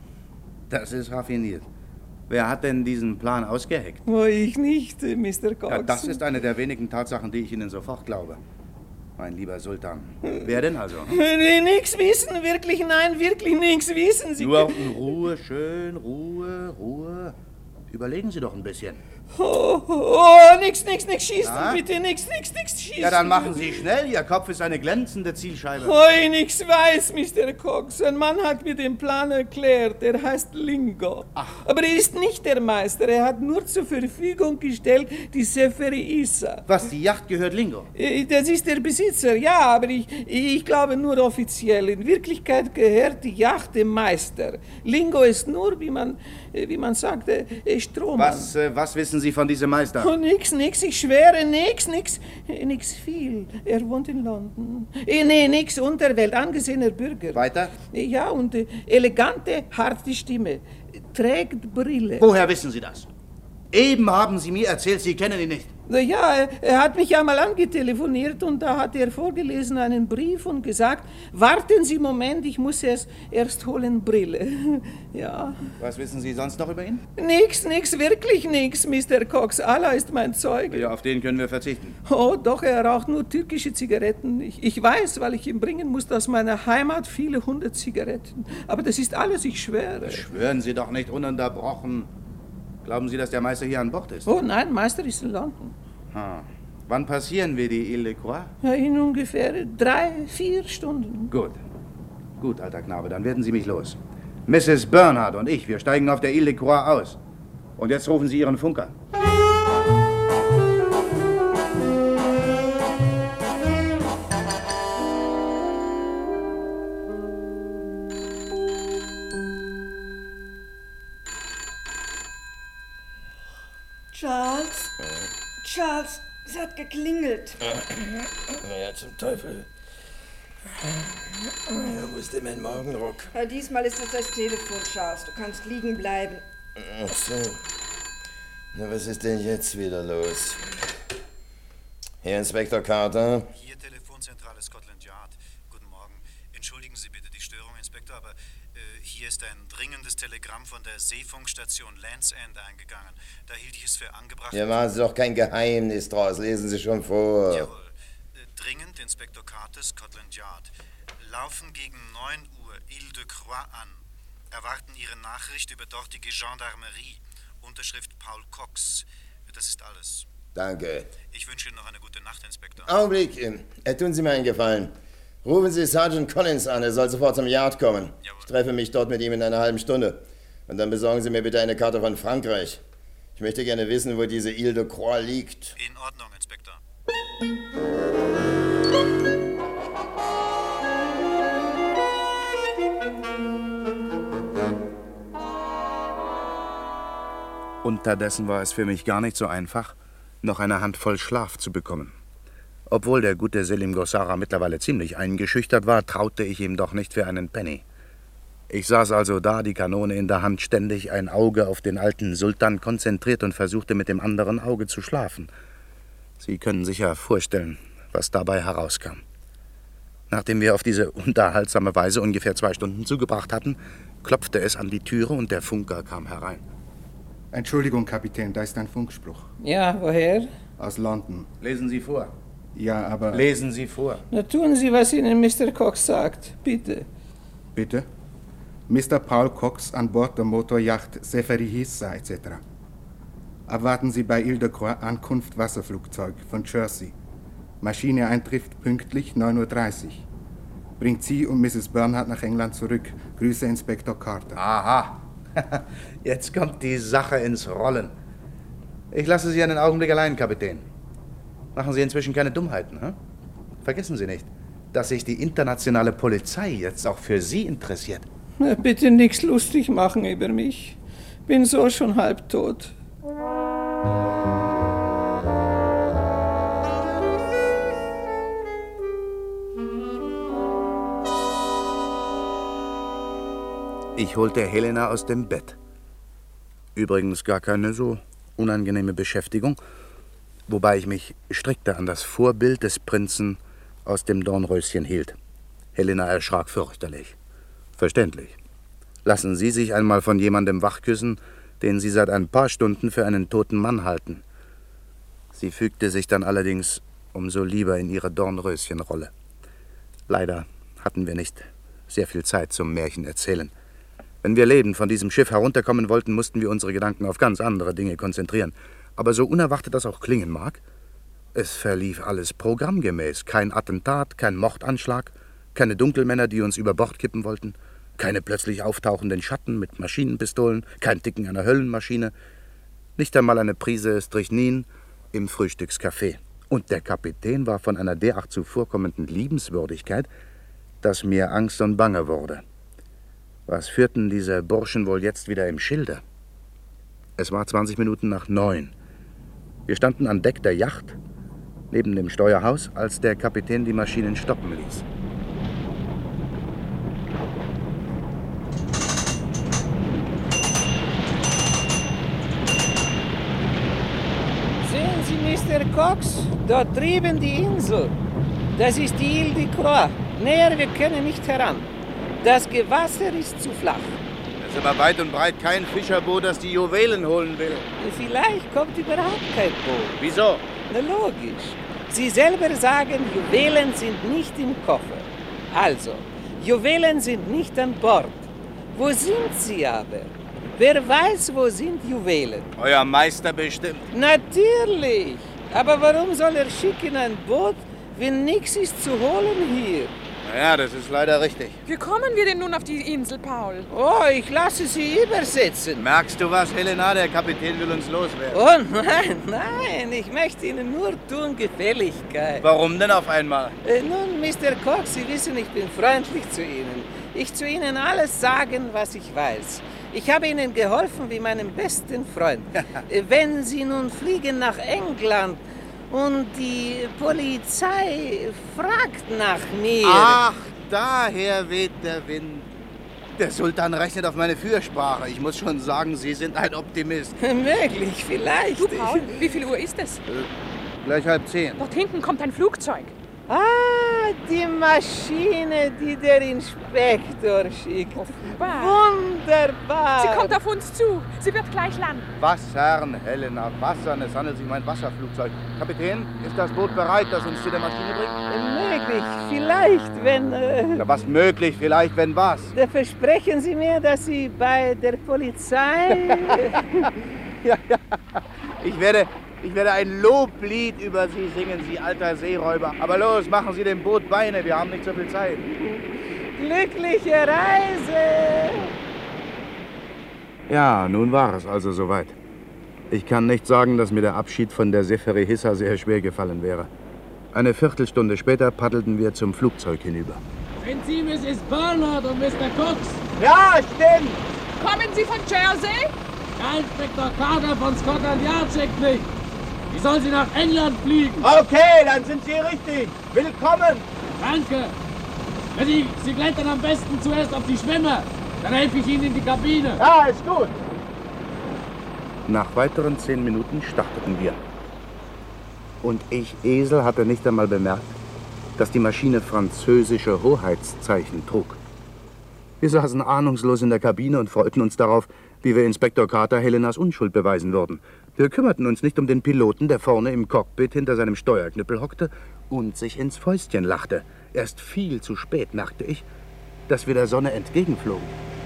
Das ist raffiniert. Wer hat denn diesen Plan ausgeheckt? Oh, ich nicht, Mister Cox. Ja, das ist eine der wenigen Tatsachen, die ich Ihnen sofort glaube. Mein lieber Sultan. Wer denn also? Nee, nix wissen, wirklich, nein, wirklich nix wissen. Sie Nur in Ruhe, schön, Ruhe, Ruhe. Überlegen Sie doch ein bisschen. Oh, oh, nix, nix, nix, schießen, Na? bitte, nix, nix, nix, schießen. Ja, dann machen Sie schnell. Ihr Kopf ist eine glänzende Zielscheibe. Oh, ich nix weiß, Mister Cox. Ein Mann hat mir den Plan erklärt. Er heißt Lingo. Ach. Aber er ist nicht der Meister. Er hat nur zur Verfügung gestellt die Seferi Issa. Was, die Yacht gehört Lingo? Das ist der Besitzer, ja, aber ich, ich glaube nur offiziell. In Wirklichkeit gehört die Yacht dem Meister. Lingo ist nur, wie man, wie man sagt, Strohmann. Was, äh, was wissen Sie von diesem Meister? Oh, nix, nix, ich schwöre, nix, nix, nix viel. Er wohnt in London. Eh, nee, nix, Unterwelt, angesehener Bürger. Weiter? Ja, und äh, elegante, harte Stimme. Trägt Brille. Woher wissen Sie das? Eben haben Sie mir erzählt, Sie kennen ihn nicht. Ja, er, er hat mich einmal angetelefoniert und da hat er vorgelesen einen Brief und gesagt, warten Sie einen Moment, ich muss es erst holen, Brille. Ja. Was wissen Sie sonst noch über ihn? Nix, nix, wirklich nix, Mister Cox. Allah ist mein Zeuge. Ja, auf den können wir verzichten. Oh, doch, er raucht nur türkische Zigaretten. Ich, ich weiß, weil ich ihm bringen musste aus meiner Heimat viele hundert Zigaretten. Aber das ist alles, ich schwöre. Schwören Sie doch nicht ununterbrochen. Glauben Sie, dass der Meister hier an Bord ist? Oh nein, Meister ist in London. Ha. Wann passieren wir die Ile de Croix? Ja, in ungefähr drei, vier Stunden. Gut. Gut, alter Knabe, dann werden Sie mich los. Misses Bernhard und ich, wir steigen auf der Ile de Croix aus. Und jetzt rufen Sie Ihren Funker. Charles? Charles, es hat geklingelt. Naja, zum Teufel. Ja, wo ist denn mein Morgenrock? Ja, diesmal ist es das Telefon, Charles. Du kannst liegen bleiben. Ach so. Na, was ist denn jetzt wieder los? Herr Inspektor Carter? Hier Telefonzentrale Scotland Yard. Guten Morgen. Entschuldigen Sie bitte die Störung, Inspektor, aber äh, hier ist ein dringendes Telegramm von der Seefunkstation Land's End eingegangen. Da hielt ich es für angebracht... Ja, machen Sie doch kein Geheimnis draus. Lesen Sie schon vor. Jawohl. Äh, dringend, Inspektor Carter, Scotland Yard. Laufen gegen neun Uhr Ile de Croix an. Erwarten Ihre Nachricht über dortige Gendarmerie. Unterschrift Paul Cox. Das ist alles. Danke. Ich wünsche Ihnen noch eine gute Nacht, Inspektor. Augenblick. Äh, tun Sie mir einen Gefallen. Rufen Sie Sergeant Collins an. Er soll sofort zum Yard kommen. Jawohl. Ich treffe mich dort mit ihm in einer halben Stunde. Und dann besorgen Sie mir bitte eine Karte von Frankreich. Ich möchte gerne wissen, wo diese Ile de Croix liegt. In Ordnung, Inspektor. Unterdessen war es für mich gar nicht so einfach, noch eine Handvoll Schlaf zu bekommen. Obwohl der gute Selim Gossara mittlerweile ziemlich eingeschüchtert war, traute ich ihm doch nicht für einen Penny. Ich saß also da, die Kanone in der Hand, ständig ein Auge auf den alten Sultan konzentriert und versuchte mit dem anderen Auge zu schlafen. Sie können sich ja vorstellen, was dabei herauskam. Nachdem wir auf diese unterhaltsame Weise ungefähr zwei Stunden zugebracht hatten, klopfte es an die Türe und der Funker kam herein. Entschuldigung, Kapitän, da ist ein Funkspruch. Ja, woher? Aus London. Lesen Sie vor. Ja, aber... Lesen Sie vor. Na, tun Sie, was Ihnen Mister Cox sagt. Bitte. Bitte? Mister Paul Cox an Bord der Motoryacht Seferi Hissa et cetera. Erwarten Sie bei Ile de Croix Ankunft Wasserflugzeug von Jersey. Maschine eintrifft pünktlich neun Uhr dreißig. Bringt Sie und Misses Bernhardt nach England zurück. Grüße, Inspektor Carter. Aha. Jetzt kommt die Sache ins Rollen. Ich lasse Sie einen Augenblick allein, Kapitän. Machen Sie inzwischen keine Dummheiten, hm? Vergessen Sie nicht, dass sich die internationale Polizei jetzt auch für Sie interessiert. Na, bitte nichts lustig machen über mich. Bin so schon halbtot. Ich holte Helena aus dem Bett. Übrigens gar keine so unangenehme Beschäftigung, wobei ich mich strikter an das Vorbild des Prinzen aus dem Dornröschen hielt. Helena erschrak fürchterlich. Verständlich. Lassen Sie sich einmal von jemandem wachküssen, den Sie seit ein paar Stunden für einen toten Mann halten. Sie fügte sich dann allerdings umso lieber in ihre Dornröschenrolle. Leider hatten wir nicht sehr viel Zeit zum Märchenerzählen. Wenn wir lebend von diesem Schiff herunterkommen wollten, mussten wir unsere Gedanken auf ganz andere Dinge konzentrieren. Aber so unerwartet das auch klingen mag, es verlief alles programmgemäß. Kein Attentat, kein Mordanschlag, keine Dunkelmänner, die uns über Bord kippen wollten, keine plötzlich auftauchenden Schatten mit Maschinenpistolen, kein Ticken einer Höllenmaschine, nicht einmal eine Prise Strychnin im Frühstückscafé. Und der Kapitän war von einer derart zuvorkommenden Liebenswürdigkeit, dass mir Angst und Bange wurde. Was führten diese Burschen wohl jetzt wieder im Schilde? Es war zwanzig Minuten nach neun. Wir standen an Deck der Yacht, neben dem Steuerhaus, als der Kapitän die Maschinen stoppen ließ. Sehen Sie, Mister Cox, dort drüben die Insel. Das ist die Ile de Croix. Näher, wir können nicht heran. Das Gewasser ist zu flach. Das ist aber weit und breit kein Fischerboot, das die Juwelen holen will. Vielleicht kommt überhaupt kein Boot. Wieso? Na logisch. Sie selber sagen, Juwelen sind nicht im Koffer. Also, Juwelen sind nicht an Bord. Wo sind sie aber? Wer weiß, wo sind Juwelen? Euer Meister bestimmt. Natürlich. Aber warum soll er schicken ein Boot, wenn nichts ist zu holen hier? Ja, das ist leider richtig. Wie kommen wir denn nun auf die Insel, Paul? Oh, ich lasse Sie übersetzen. Merkst du was, Helena? Der Kapitän will uns loswerden. Oh nein, nein, ich möchte Ihnen nur tun Gefälligkeit. Warum denn auf einmal? Äh, nun, Mister Cox, Sie wissen, ich bin freundlich zu Ihnen. Ich zu Ihnen alles sagen, was ich weiß. Ich habe Ihnen geholfen wie meinem besten Freund. Wenn Sie nun fliegen nach England, Und die Polizei fragt nach mir. Ach, daher weht der Wind. Der Sultan rechnet auf meine Fürsprache. Ich muss schon sagen, Sie sind ein Optimist. Möglich, vielleicht. Du, Paul, wie viel Uhr ist es? Äh, gleich halb zehn. Dort hinten kommt ein Flugzeug. Ah, die Maschine, die der Inspektor schickt. Offenbar. Wunderbar. Sie kommt auf uns zu. Sie wird gleich landen. Wassern, Helena, Wassern. Es handelt sich um ein Wasserflugzeug. Kapitän, ist das Boot bereit, das uns zu der Maschine bringt? Möglich, vielleicht, wenn... Äh, Na, was möglich, vielleicht, wenn was? Da versprechen Sie mir, dass Sie bei der Polizei... ja, ja. Ich werde... Ich werde ein Loblied über Sie singen, Sie alter Seeräuber. Aber los, machen Sie dem Boot Beine, wir haben nicht so viel Zeit. Glückliche Reise! Ja, nun war es also soweit. Ich kann nicht sagen, dass mir der Abschied von der Seferi Hissa sehr schwer gefallen wäre. Eine Viertelstunde später paddelten wir zum Flugzeug hinüber. Sind Sie Misses Bernard und Mister Cox? Ja, stimmt! Kommen Sie von Jersey? Ja, Inspektor Carter von Scotland Yard schickt mich. Ich soll Sie nach England fliegen. Okay, dann sind Sie richtig. Willkommen. Danke. Ja, Sie, Sie klettern am besten zuerst auf die Schwimmer. Dann helfe ich Ihnen in die Kabine. Ja, ist gut. Nach weiteren zehn Minuten starteten wir. Und ich, Esel, hatte nicht einmal bemerkt, dass die Maschine französische Hoheitszeichen trug. Wir saßen ahnungslos in der Kabine und freuten uns darauf, wie wir Inspektor Carter Helenas Unschuld beweisen würden. Wir kümmerten uns nicht um den Piloten, der vorne im Cockpit hinter seinem Steuerknüppel hockte und sich ins Fäustchen lachte. Erst viel zu spät merkte ich, dass wir der Sonne entgegenflogen.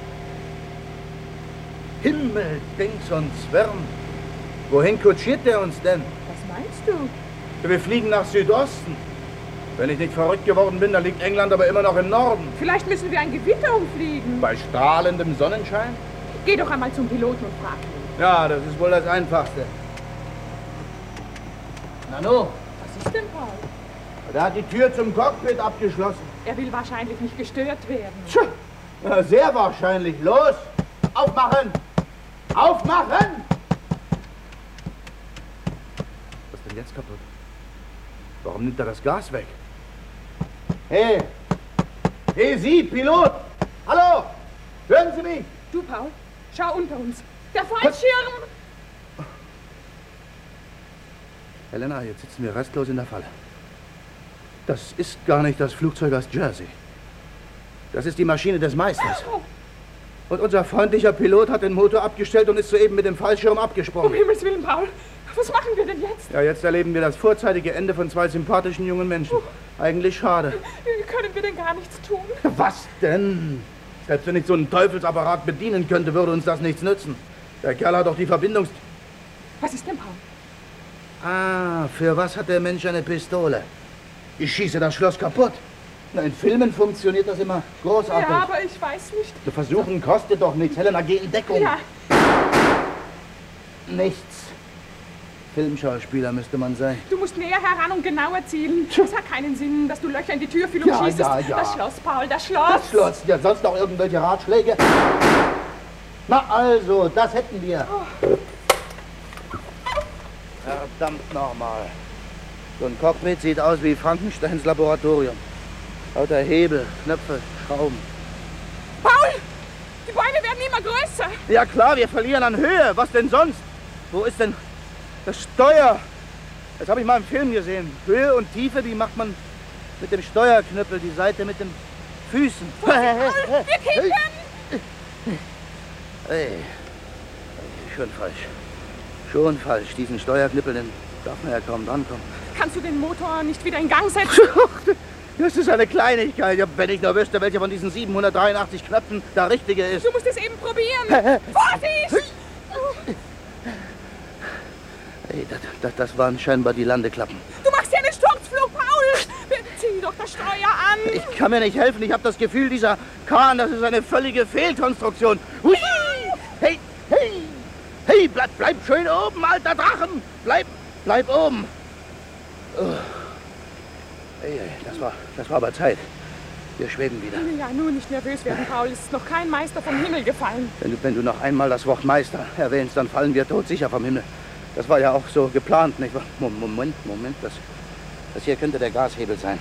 Himmel, Dings und Zwirn! Wohin kutschiert der uns denn? Was meinst du? Wir fliegen nach Südosten. Wenn ich nicht verrückt geworden bin, dann liegt England aber immer noch im Norden. Vielleicht müssen wir ein Gewitter umfliegen. Bei strahlendem Sonnenschein? Geh doch einmal zum Piloten und frag ihn. Ja, das ist wohl das Einfachste. Nanu, Was ist denn, Paul? der hat die Tür zum Cockpit abgeschlossen. Er will wahrscheinlich nicht gestört werden. Tja, ja, sehr wahrscheinlich. Los, aufmachen! Aufmachen! Was ist denn jetzt kaputt? Warum nimmt er das Gas weg? Hey! Hey, Sie, Pilot! Hallo! Hören Sie mich? Du, Paul, schau unter uns. Der Fallschirm! Helena, jetzt sitzen wir restlos in der Falle. Das ist gar nicht das Flugzeug aus Jersey. Das ist die Maschine des Meisters. Und unser freundlicher Pilot hat den Motor abgestellt und ist soeben mit dem Fallschirm abgesprungen. Um Himmels Willen, Paul. Was machen wir denn jetzt? Ja, jetzt erleben wir das vorzeitige Ende von zwei sympathischen jungen Menschen. Eigentlich schade. Können wir denn gar nichts tun? Was denn? Selbst wenn ich so einen Teufelsapparat bedienen könnte, würde uns das nichts nützen. Der Kerl hat doch die Verbindungs... Was ist denn, Paul? Ah, für was hat der Mensch eine Pistole? Ich schieße das Schloss kaputt. Na, in Filmen funktioniert das immer großartig. Ja, aber ich weiß nicht. Zu versuchen kostet doch nichts. Helena, geh in Deckung. Ja. Nichts. Filmschauspieler müsste man sein. Du musst näher heran und genauer zielen. Es hat keinen Sinn, dass du Löcher in die Türfüllung Ja, schießt. ja, ja. Das Schloss, Paul, das Schloss. Das Schloss. Ja, sonst noch irgendwelche Ratschläge? Na also, das hätten wir. Oh. Verdammt nochmal. So ein Cockpit sieht aus wie Frankensteins Laboratorium. Lauter Hebel, Knöpfe, Schrauben. Paul! Die Bäume werden immer größer. Ja klar, wir verlieren an Höhe. Was denn sonst? Wo ist denn das Steuer? Das habe ich mal im Film gesehen. Höhe und Tiefe, die macht man mit dem Steuerknüppel, die Seite mit den Füßen. Wir kippen! Hey, schon falsch. Schon falsch. Diesen Steuerknüppel, den darf man ja kaum drankommen. Kannst du den Motor nicht wieder in Gang setzen? Das ist eine Kleinigkeit. Ja, wenn ich nur wüsste, welcher von diesen siebenhundertdreiundachtzig Knöpfen der richtige ist. Du musst es eben probieren. Vorsicht! Hey, das, das, das waren scheinbar die Landeklappen. Du machst ja einen Sturzflug, Paul! Zieh doch das Steuer an! Ich kann mir nicht helfen. Ich habe das Gefühl, dieser Kahn, das ist eine völlige Fehlkonstruktion. Hui! Hey, hey! Hey, bleib, bleib schön oben, alter Drachen! Bleib, bleib oben! Oh. Hey, hey, das war, das war aber Zeit. Wir schweben wieder. Ja, nur nicht nervös werden, Paul. Es ist noch kein Meister vom Himmel gefallen. Wenn du, wenn du noch einmal das Wort Meister erwähnst, dann fallen wir todsicher vom Himmel. Das war ja auch so geplant, nicht wahr? Moment, Moment, das, das hier könnte der Gashebel sein.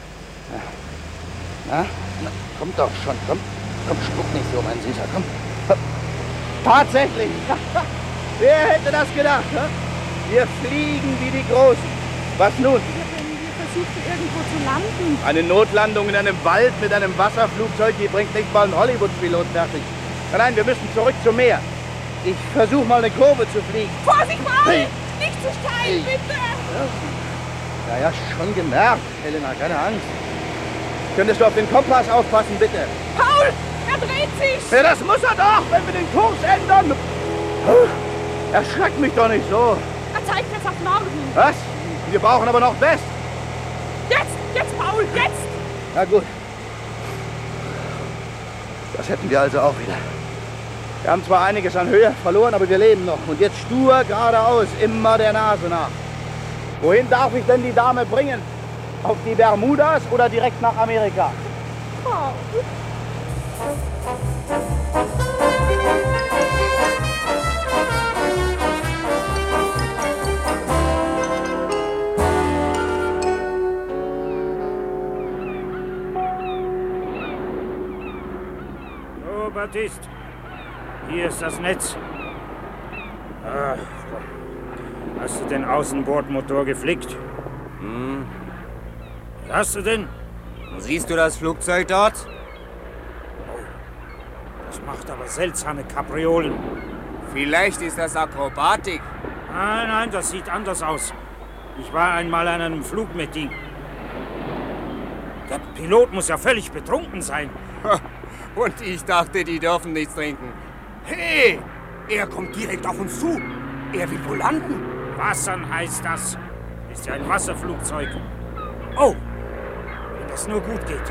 Na, na, komm doch schon, komm. Komm, spuck nicht so, mein Süßer, komm. Tatsächlich! Wer hätte das gedacht, hä? Wir fliegen wie die Großen. Was nun? Wir versuchen irgendwo zu landen. Eine Notlandung in einem Wald mit einem Wasserflugzeug, die bringt nicht mal einen Hollywood-Pilot fertig. Nein, nein, wir müssen zurück zum Meer. Ich versuche mal eine Kurve zu fliegen. Vorsicht, Paul! Hey. Nicht zu steil, bitte! Ja, ja, schon gemerkt, Helena, keine Angst. Könntest du auf den Kompass aufpassen, bitte? Paul! Er dreht sich! Ja, das muss er doch, wenn wir den Kurs ändern. Erschreckt mich doch nicht so. Er zeigt jetzt auf Norden. Was? Wir brauchen aber noch West. Jetzt, jetzt, Paul, jetzt! Na gut. Das hätten wir also auch wieder. Wir haben zwar einiges an Höhe verloren, aber wir leben noch. Und jetzt stur geradeaus, immer der Nase nach. Wohin darf ich denn die Dame bringen? Auf die Bermudas oder direkt nach Amerika? Paul. So, Baptiste. Hier ist das Netz. Ach, hast du den Außenbordmotor geflickt? Hm. Was hast du denn? Siehst du das Flugzeug dort? Das macht aber seltsame Kapriolen. Vielleicht ist das Akrobatik. Nein, nein, das sieht anders aus. Ich war einmal an einem Flugmeeting. Der Pilot muss ja völlig betrunken sein. Und ich dachte, die dürfen nichts trinken. Hey, er kommt direkt auf uns zu. Er will wohl landen. Wassern heißt das. Ist ja ein Wasserflugzeug. Oh, wenn das nur gut geht.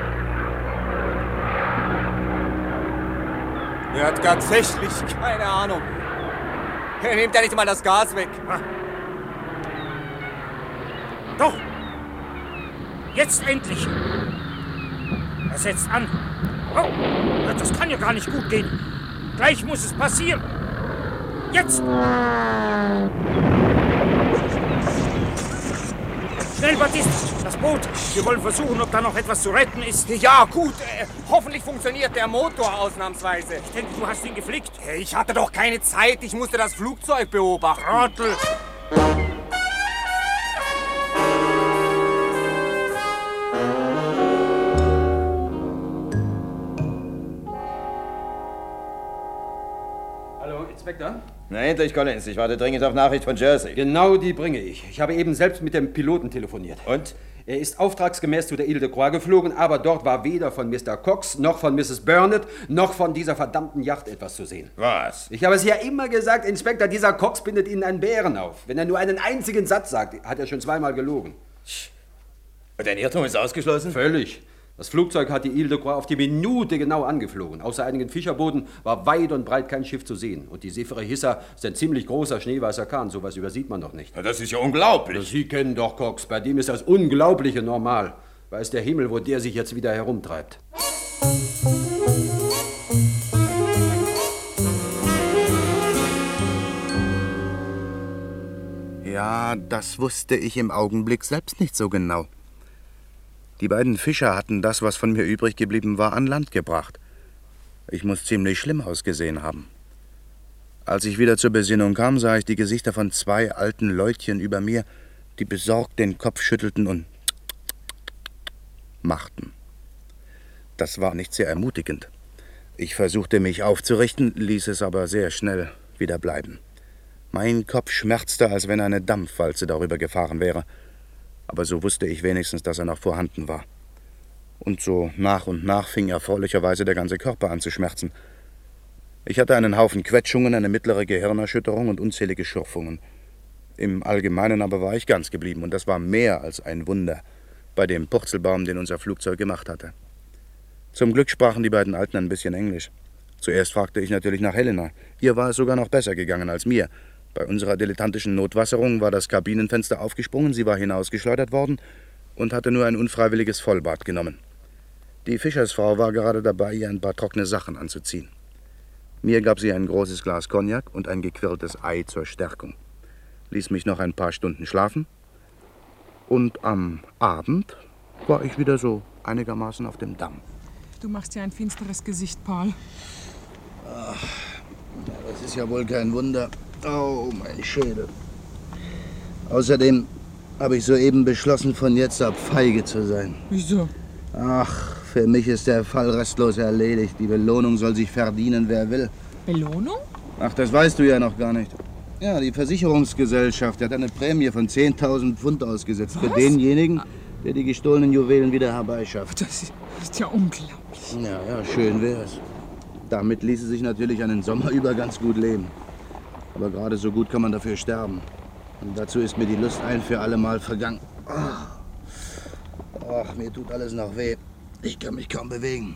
Er hat tatsächlich keine Ahnung. Er nimmt ja nicht mal das Gas weg. Ah. Doch! Jetzt endlich! Er setzt an. Oh, das kann ja gar nicht gut gehen. Gleich muss es passieren. Jetzt! Schnell, Baptiste! Das Boot! Wir wollen versuchen, ob da noch etwas zu retten ist. Ja, gut. Äh, hoffentlich funktioniert der Motor ausnahmsweise. Ich denke, du hast ihn geflickt. Ich hatte doch keine Zeit. Ich musste das Flugzeug beobachten. Trottel! Hallo, Inspektor? Na endlich, Collins. Ich warte dringend auf Nachricht von Jersey. Genau die bringe ich. Ich habe eben selbst mit dem Piloten telefoniert. Und? Er ist auftragsgemäß zu der Ile de Croix geflogen, aber dort war weder von Mister Cox, noch von Misses Burnett, noch von dieser verdammten Yacht etwas zu sehen. Was? Ich habe es ja immer gesagt, Inspektor, dieser Cox bindet Ihnen einen Bären auf. Wenn er nur einen einzigen Satz sagt, hat er schon zweimal gelogen. Und ein Irrtum ist ausgeschlossen? Völlig. Das Flugzeug hat die Ile de Croix auf die Minute genau angeflogen. Außer einigen Fischerbooten war weit und breit kein Schiff zu sehen. Und die Seefere Hissa ist ein ziemlich großer schneeweißer Kahn. Sowas übersieht man doch nicht. Ja, das ist ja unglaublich. Sie kennen doch Cox. Bei dem ist das Unglaubliche normal. Weiß der Himmel, wo der sich jetzt wieder herumtreibt. Ja, das wusste ich im Augenblick selbst nicht so genau. Die beiden Fischer hatten das, was von mir übrig geblieben war, an Land gebracht. Ich muss ziemlich schlimm ausgesehen haben. Als ich wieder zur Besinnung kam, sah ich die Gesichter von zwei alten Leutchen über mir, die besorgt den Kopf schüttelten und machten. Das war nicht sehr ermutigend. Ich versuchte mich aufzurichten, ließ es aber sehr schnell wieder bleiben. Mein Kopf schmerzte, als wenn eine Dampfwalze darüber gefahren wäre. Aber so wusste ich wenigstens, dass er noch vorhanden war. Und so nach und nach fing erfreulicherweise der ganze Körper an zu schmerzen. Ich hatte einen Haufen Quetschungen, eine mittlere Gehirnerschütterung und unzählige Schürfungen. Im Allgemeinen aber war ich ganz geblieben, und das war mehr als ein Wunder bei dem Purzelbaum, den unser Flugzeug gemacht hatte. Zum Glück sprachen die beiden Alten ein bisschen Englisch. Zuerst fragte ich natürlich nach Helena. Ihr war es sogar noch besser gegangen als mir. Bei unserer dilettantischen Notwasserung war das Kabinenfenster aufgesprungen, sie war hinausgeschleudert worden und hatte nur ein unfreiwilliges Vollbad genommen. Die Fischersfrau war gerade dabei, ihr ein paar trockene Sachen anzuziehen. Mir gab sie ein großes Glas Cognac und ein gequirltes Ei zur Stärkung. ließ mich noch ein paar Stunden schlafen. Und am Abend war ich wieder so einigermaßen auf dem Damm. Du machst ja ein finsteres Gesicht, Paul. Ach, das ist ja wohl kein Wunder. Oh, mein Schädel. Außerdem habe ich soeben beschlossen, von jetzt ab feige zu sein. Wieso? Ach, für mich ist der Fall restlos erledigt. Die Belohnung soll sich verdienen, wer will. Belohnung? Ach, das weißt du ja noch gar nicht. Ja, die Versicherungsgesellschaft hat eine Prämie von zehntausend Pfund ausgesetzt. Was? Für denjenigen, der die gestohlenen Juwelen wieder herbeischafft. Das ist ja unglaublich. Ja, ja, schön wär's. Damit ließe sich natürlich einen Sommer über ganz gut leben. Aber gerade so gut kann man dafür sterben. Und dazu ist mir die Lust ein für alle Mal vergangen. Ach, Ach mir tut alles noch weh. Ich kann mich kaum bewegen.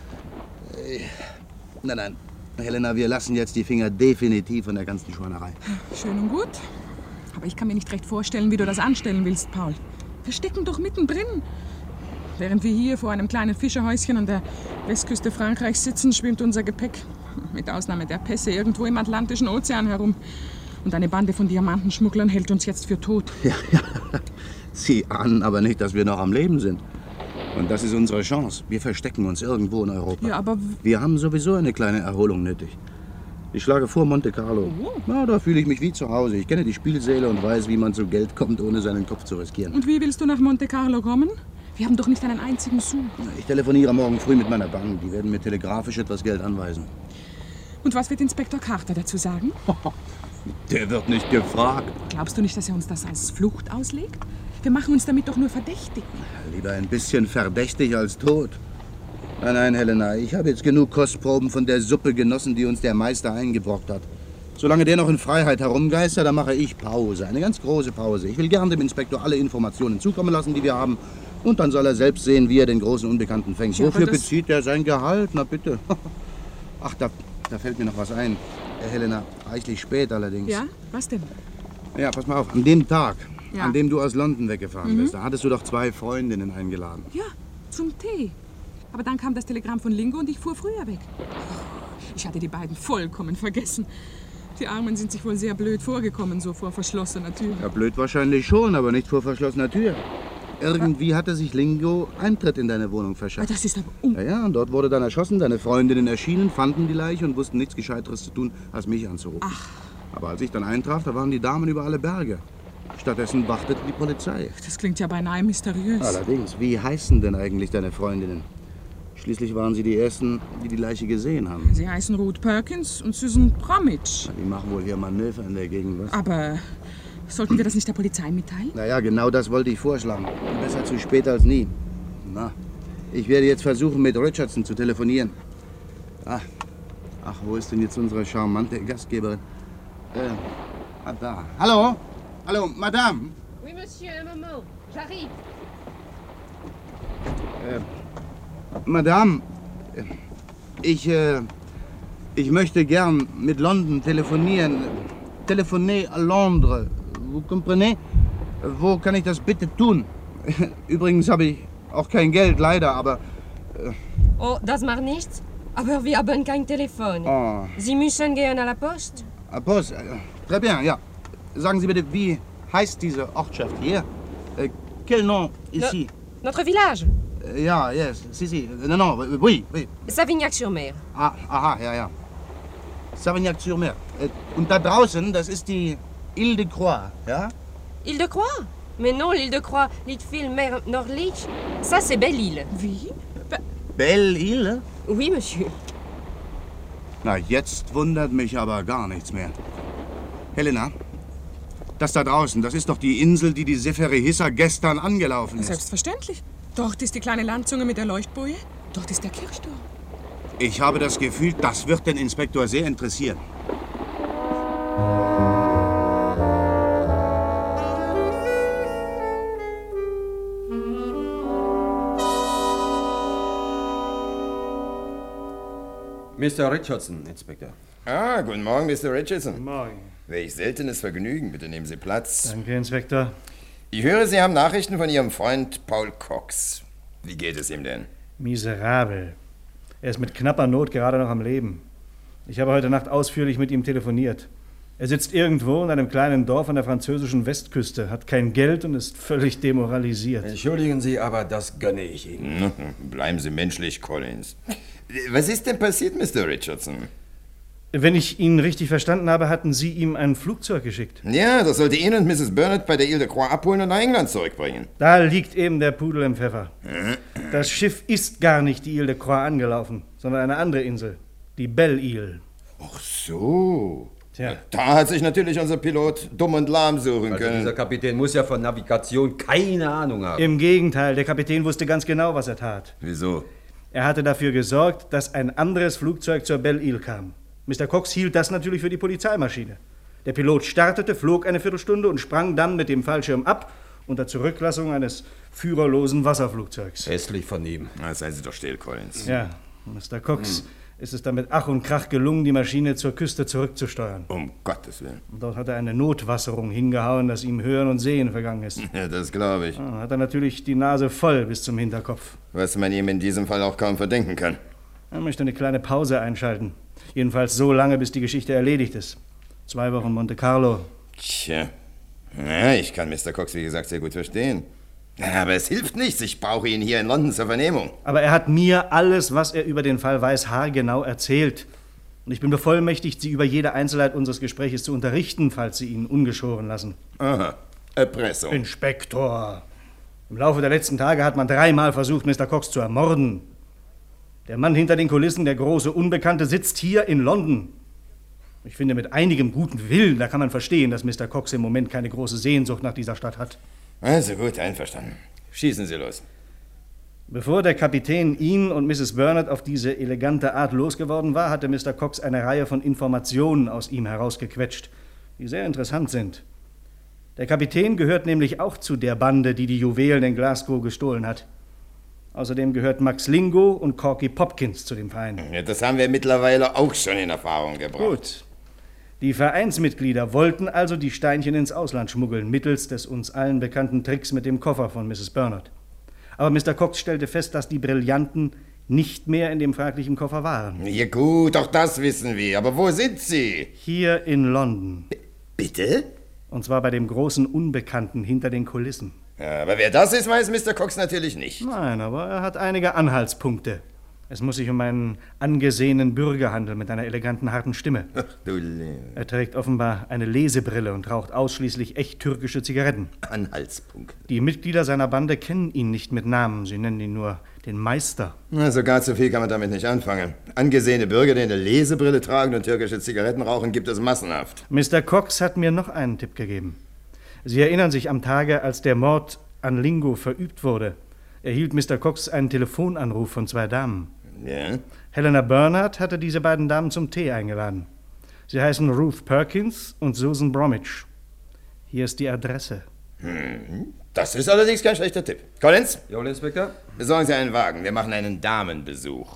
Nein, nein. Helena, wir lassen jetzt die Finger definitiv von der ganzen Schweinerei. Schön und gut. Aber ich kann mir nicht recht vorstellen, wie du das anstellen willst, Paul. Wir stecken doch mittendrin. Während wir hier vor einem kleinen Fischerhäuschen an der Westküste Frankreichs sitzen, schwimmt unser Gepäck, mit Ausnahme der Pässe, irgendwo im Atlantischen Ozean herum. Und eine Bande von Diamantenschmugglern hält uns jetzt für tot. Ja, ja. Sie ahnen aber nicht, dass wir noch am Leben sind. Und das ist unsere Chance. Wir verstecken uns irgendwo in Europa. Ja, aber... Wir haben sowieso eine kleine Erholung nötig. Ich schlage vor Monte Carlo. Oh. Na, da fühle ich mich wie zu Hause. Ich kenne die Spielsäle und weiß, wie man zu Geld kommt, ohne seinen Kopf zu riskieren. Und wie willst du nach Monte Carlo kommen? Wir haben doch nicht einen einzigen Sou. Ich telefoniere morgen früh mit meiner Bank. Die werden mir telegrafisch etwas Geld anweisen. Und was wird Inspektor Carter dazu sagen? Der wird nicht gefragt. Glaubst du nicht, dass er uns das als Flucht auslegt? Wir machen uns damit doch nur verdächtig. Lieber ein bisschen verdächtig als tot. Nein, nein, Helena, ich habe jetzt genug Kostproben von der Suppe genossen, die uns der Meister eingebrockt hat. Solange der noch in Freiheit herumgeistert, dann mache ich Pause, eine ganz große Pause. Ich will gern dem Inspektor alle Informationen zukommen lassen, die wir haben. Und dann soll er selbst sehen, wie er den großen Unbekannten fängt. Ja, Wofür das... bezieht er sein Gehalt? Na bitte. Ach, da, da fällt mir noch was ein. Helena, reichlich spät allerdings. Ja, was denn? Ja, pass mal auf, an dem Tag, Ja. an dem du aus London weggefahren Mhm. bist, da hattest du doch zwei Freundinnen eingeladen. Ja, zum Tee. Aber dann kam das Telegramm von Lingo und ich fuhr früher weg. Ich hatte die beiden vollkommen vergessen. Die Armen sind sich wohl sehr blöd vorgekommen, so vor verschlossener Tür. Ja, blöd wahrscheinlich schon, aber nicht vor verschlossener Tür. Irgendwie hatte sich Lingo Eintritt in deine Wohnung verschafft. Das ist aber un... Ja, ja, und dort wurde dann erschossen. Deine Freundinnen erschienen, fanden die Leiche und wussten nichts Gescheiteres zu tun, als mich anzurufen. Ach. Aber als ich dann eintraf, da waren die Damen über alle Berge. Stattdessen wartete die Polizei. Das klingt ja beinahe mysteriös. Allerdings, wie heißen denn eigentlich deine Freundinnen? Schließlich waren sie die Ersten, die die Leiche gesehen haben. Sie heißen Ruth Perkins und Susan Bromwich. Die machen wohl hier Manöver in der Gegend, was? Aber sollten wir das nicht der Polizei mitteilen? Naja, genau das wollte ich vorschlagen. Besser zu spät als nie. Na, ich werde jetzt versuchen, mit Richardson zu telefonieren. Ach, ach wo ist denn jetzt unsere charmante Gastgeberin? Äh, ah, da. Hallo? Hallo, Madame? Oui, Monsieur, un moment. J'arrive. Äh, Madame, äh, ich, äh, ich möchte gern mit London telefonieren. Telefonier à Londres. Vous comprenez? Wo kann ich das bitte tun? Übrigens habe ich auch kein Geld, leider, aber... Äh, Oh, das macht nichts. Aber wir haben kein Telefon. Oh. Sie müssen gehen à la Poste. à Poste. Äh, très bien, ja. Sagen Sie bitte, wie heißt diese Ortschaft hier? Äh, quel nom ici? No, notre village. Äh, ja, yes, si, si. Non, non, oui, oui. Savignac-sur-Mer. Ah, aha, ja, ja. Savignac-sur-Mer. Äh, und da draußen, das ist die Ile de Croix, ja? Ile de Croix? Mais non, l'île de Croix liegt viel mehr nördlich. Ça, c'est Belle-Île. Wie? Be Belle-Île? Oui, Monsieur. Na, jetzt wundert mich aber gar nichts mehr. Helena, das da draußen, das ist doch die Insel, die die Seferihissa gestern angelaufen ist. Selbstverständlich. Dort ist die kleine Landzunge mit der Leuchtboje. Dort ist der Kirchturm. Ich habe das Gefühl, das wird den Inspektor sehr interessieren. Mister Richardson, Inspektor. Ah, guten Morgen, Mister Richardson. Guten Morgen. Welch seltenes Vergnügen. Bitte nehmen Sie Platz. Danke, Inspektor. Ich höre, Sie haben Nachrichten von Ihrem Freund Paul Cox. Wie geht es ihm denn? Miserabel. Er ist mit knapper Not gerade noch am Leben. Ich habe heute Nacht ausführlich mit ihm telefoniert. Er sitzt irgendwo in einem kleinen Dorf an der französischen Westküste, hat kein Geld und ist völlig demoralisiert. Entschuldigen Sie, aber das gönne ich Ihnen. Bleiben Sie menschlich, Collins. Was ist denn passiert, Mister Richardson? Wenn ich ihn richtig verstanden habe, hatten Sie ihm ein Flugzeug geschickt. Ja, das sollte ihn und Misses Burnett bei der Ile de Croix abholen und nach England zurückbringen. Da liegt eben der Pudel im Pfeffer. Das Schiff ist gar nicht die Ile de Croix angelaufen, sondern eine andere Insel, die Belle Ile. Ach so. Tja. Da hat sich natürlich unser Pilot dumm und lahm suchen Also können. dieser Kapitän muss ja von Navigation keine Ahnung haben. Im Gegenteil, der Kapitän wusste ganz genau, was er tat. Wieso? Er hatte dafür gesorgt, dass ein anderes Flugzeug zur Belle Ile kam. Mister Cox hielt das natürlich für die Polizeimaschine. Der Pilot startete, flog eine Viertelstunde und sprang dann mit dem Fallschirm ab, unter Zurücklassung eines führerlosen Wasserflugzeugs. Hässlich von ihm. Na, seien Sie doch still, Collins. Ja, Mister Cox hm. ist es dann mit Ach und Krach gelungen, die Maschine zur Küste zurückzusteuern. Um Gottes Willen. Und dort hat er eine Notwasserung hingehauen, dass ihm Hören und Sehen vergangen ist. Ja, das glaube ich. Ja, hat er natürlich die Nase voll bis zum Hinterkopf. Was man ihm in diesem Fall auch kaum verdenken kann. Er möchte eine kleine Pause einschalten. Jedenfalls so lange, bis die Geschichte erledigt ist. Zwei Wochen Monte Carlo. Tja. Ja, ich kann Mister Cox, wie gesagt, sehr gut verstehen. Aber es hilft nichts. Ich brauche ihn hier in London zur Vernehmung. Aber er hat mir alles, was er über den Fall weiß, haargenau erzählt. Und ich bin bevollmächtigt, Sie über jede Einzelheit unseres Gespräches zu unterrichten, falls Sie ihn ungeschoren lassen. Aha. Erpressung. Inspektor. Im Laufe der letzten Tage hat man dreimal versucht, Mister Cox zu ermorden. Der Mann hinter den Kulissen, der große Unbekannte, sitzt hier in London. Ich finde, mit einigem guten Willen, da kann man verstehen, dass Mister Cox im Moment keine große Sehnsucht nach dieser Stadt hat. Also gut, einverstanden. Schießen Sie los. Bevor der Kapitän ihn und Misses Burnett auf diese elegante Art losgeworden war, hatte Mister Cox eine Reihe von Informationen aus ihm herausgequetscht, die sehr interessant sind. Der Kapitän gehört nämlich auch zu der Bande, die die Juwelen in Glasgow gestohlen hat. Außerdem gehört Max Lingo und Corky Popkins zu dem Verein. Ja, das haben wir mittlerweile auch schon in Erfahrung gebracht. Gut. Die Vereinsmitglieder wollten also die Steinchen ins Ausland schmuggeln, mittels des uns allen bekannten Tricks mit dem Koffer von Misses Burnett. Aber Mister Cox stellte fest, dass die Brillanten nicht mehr in dem fraglichen Koffer waren. Ja gut, auch das wissen wir. Aber wo sind sie? Hier in London. B- bitte? Und zwar bei dem großen Unbekannten hinter den Kulissen. Ja, aber wer das ist, weiß Mister Cox natürlich nicht. Nein, aber er hat einige Anhaltspunkte. Es muss sich um einen angesehenen Bürger handeln mit einer eleganten, harten Stimme. Ach, du Lebe. Er trägt offenbar eine Lesebrille und raucht ausschließlich echt türkische Zigaretten. Anhaltspunkte. Die Mitglieder seiner Bande kennen ihn nicht mit Namen. Sie nennen ihn nur den Meister. Na, sogar zu viel kann man damit nicht anfangen. Angesehene Bürger, die eine Lesebrille tragen und türkische Zigaretten rauchen, gibt es massenhaft. Mister Cox hat mir noch einen Tipp gegeben. Sie erinnern sich am Tage, als der Mord an Lingo verübt wurde, erhielt Mister Cox einen Telefonanruf von zwei Damen. Ja? Helena Bernhardt hatte diese beiden Damen zum Tee eingeladen. Sie heißen Ruth Perkins und Susan Bromwich. Hier ist die Adresse. Hm, das ist allerdings kein schlechter Tipp. Collins? Jawohl, Inspektor. Besorgen Sie einen Wagen. Wir machen einen Damenbesuch.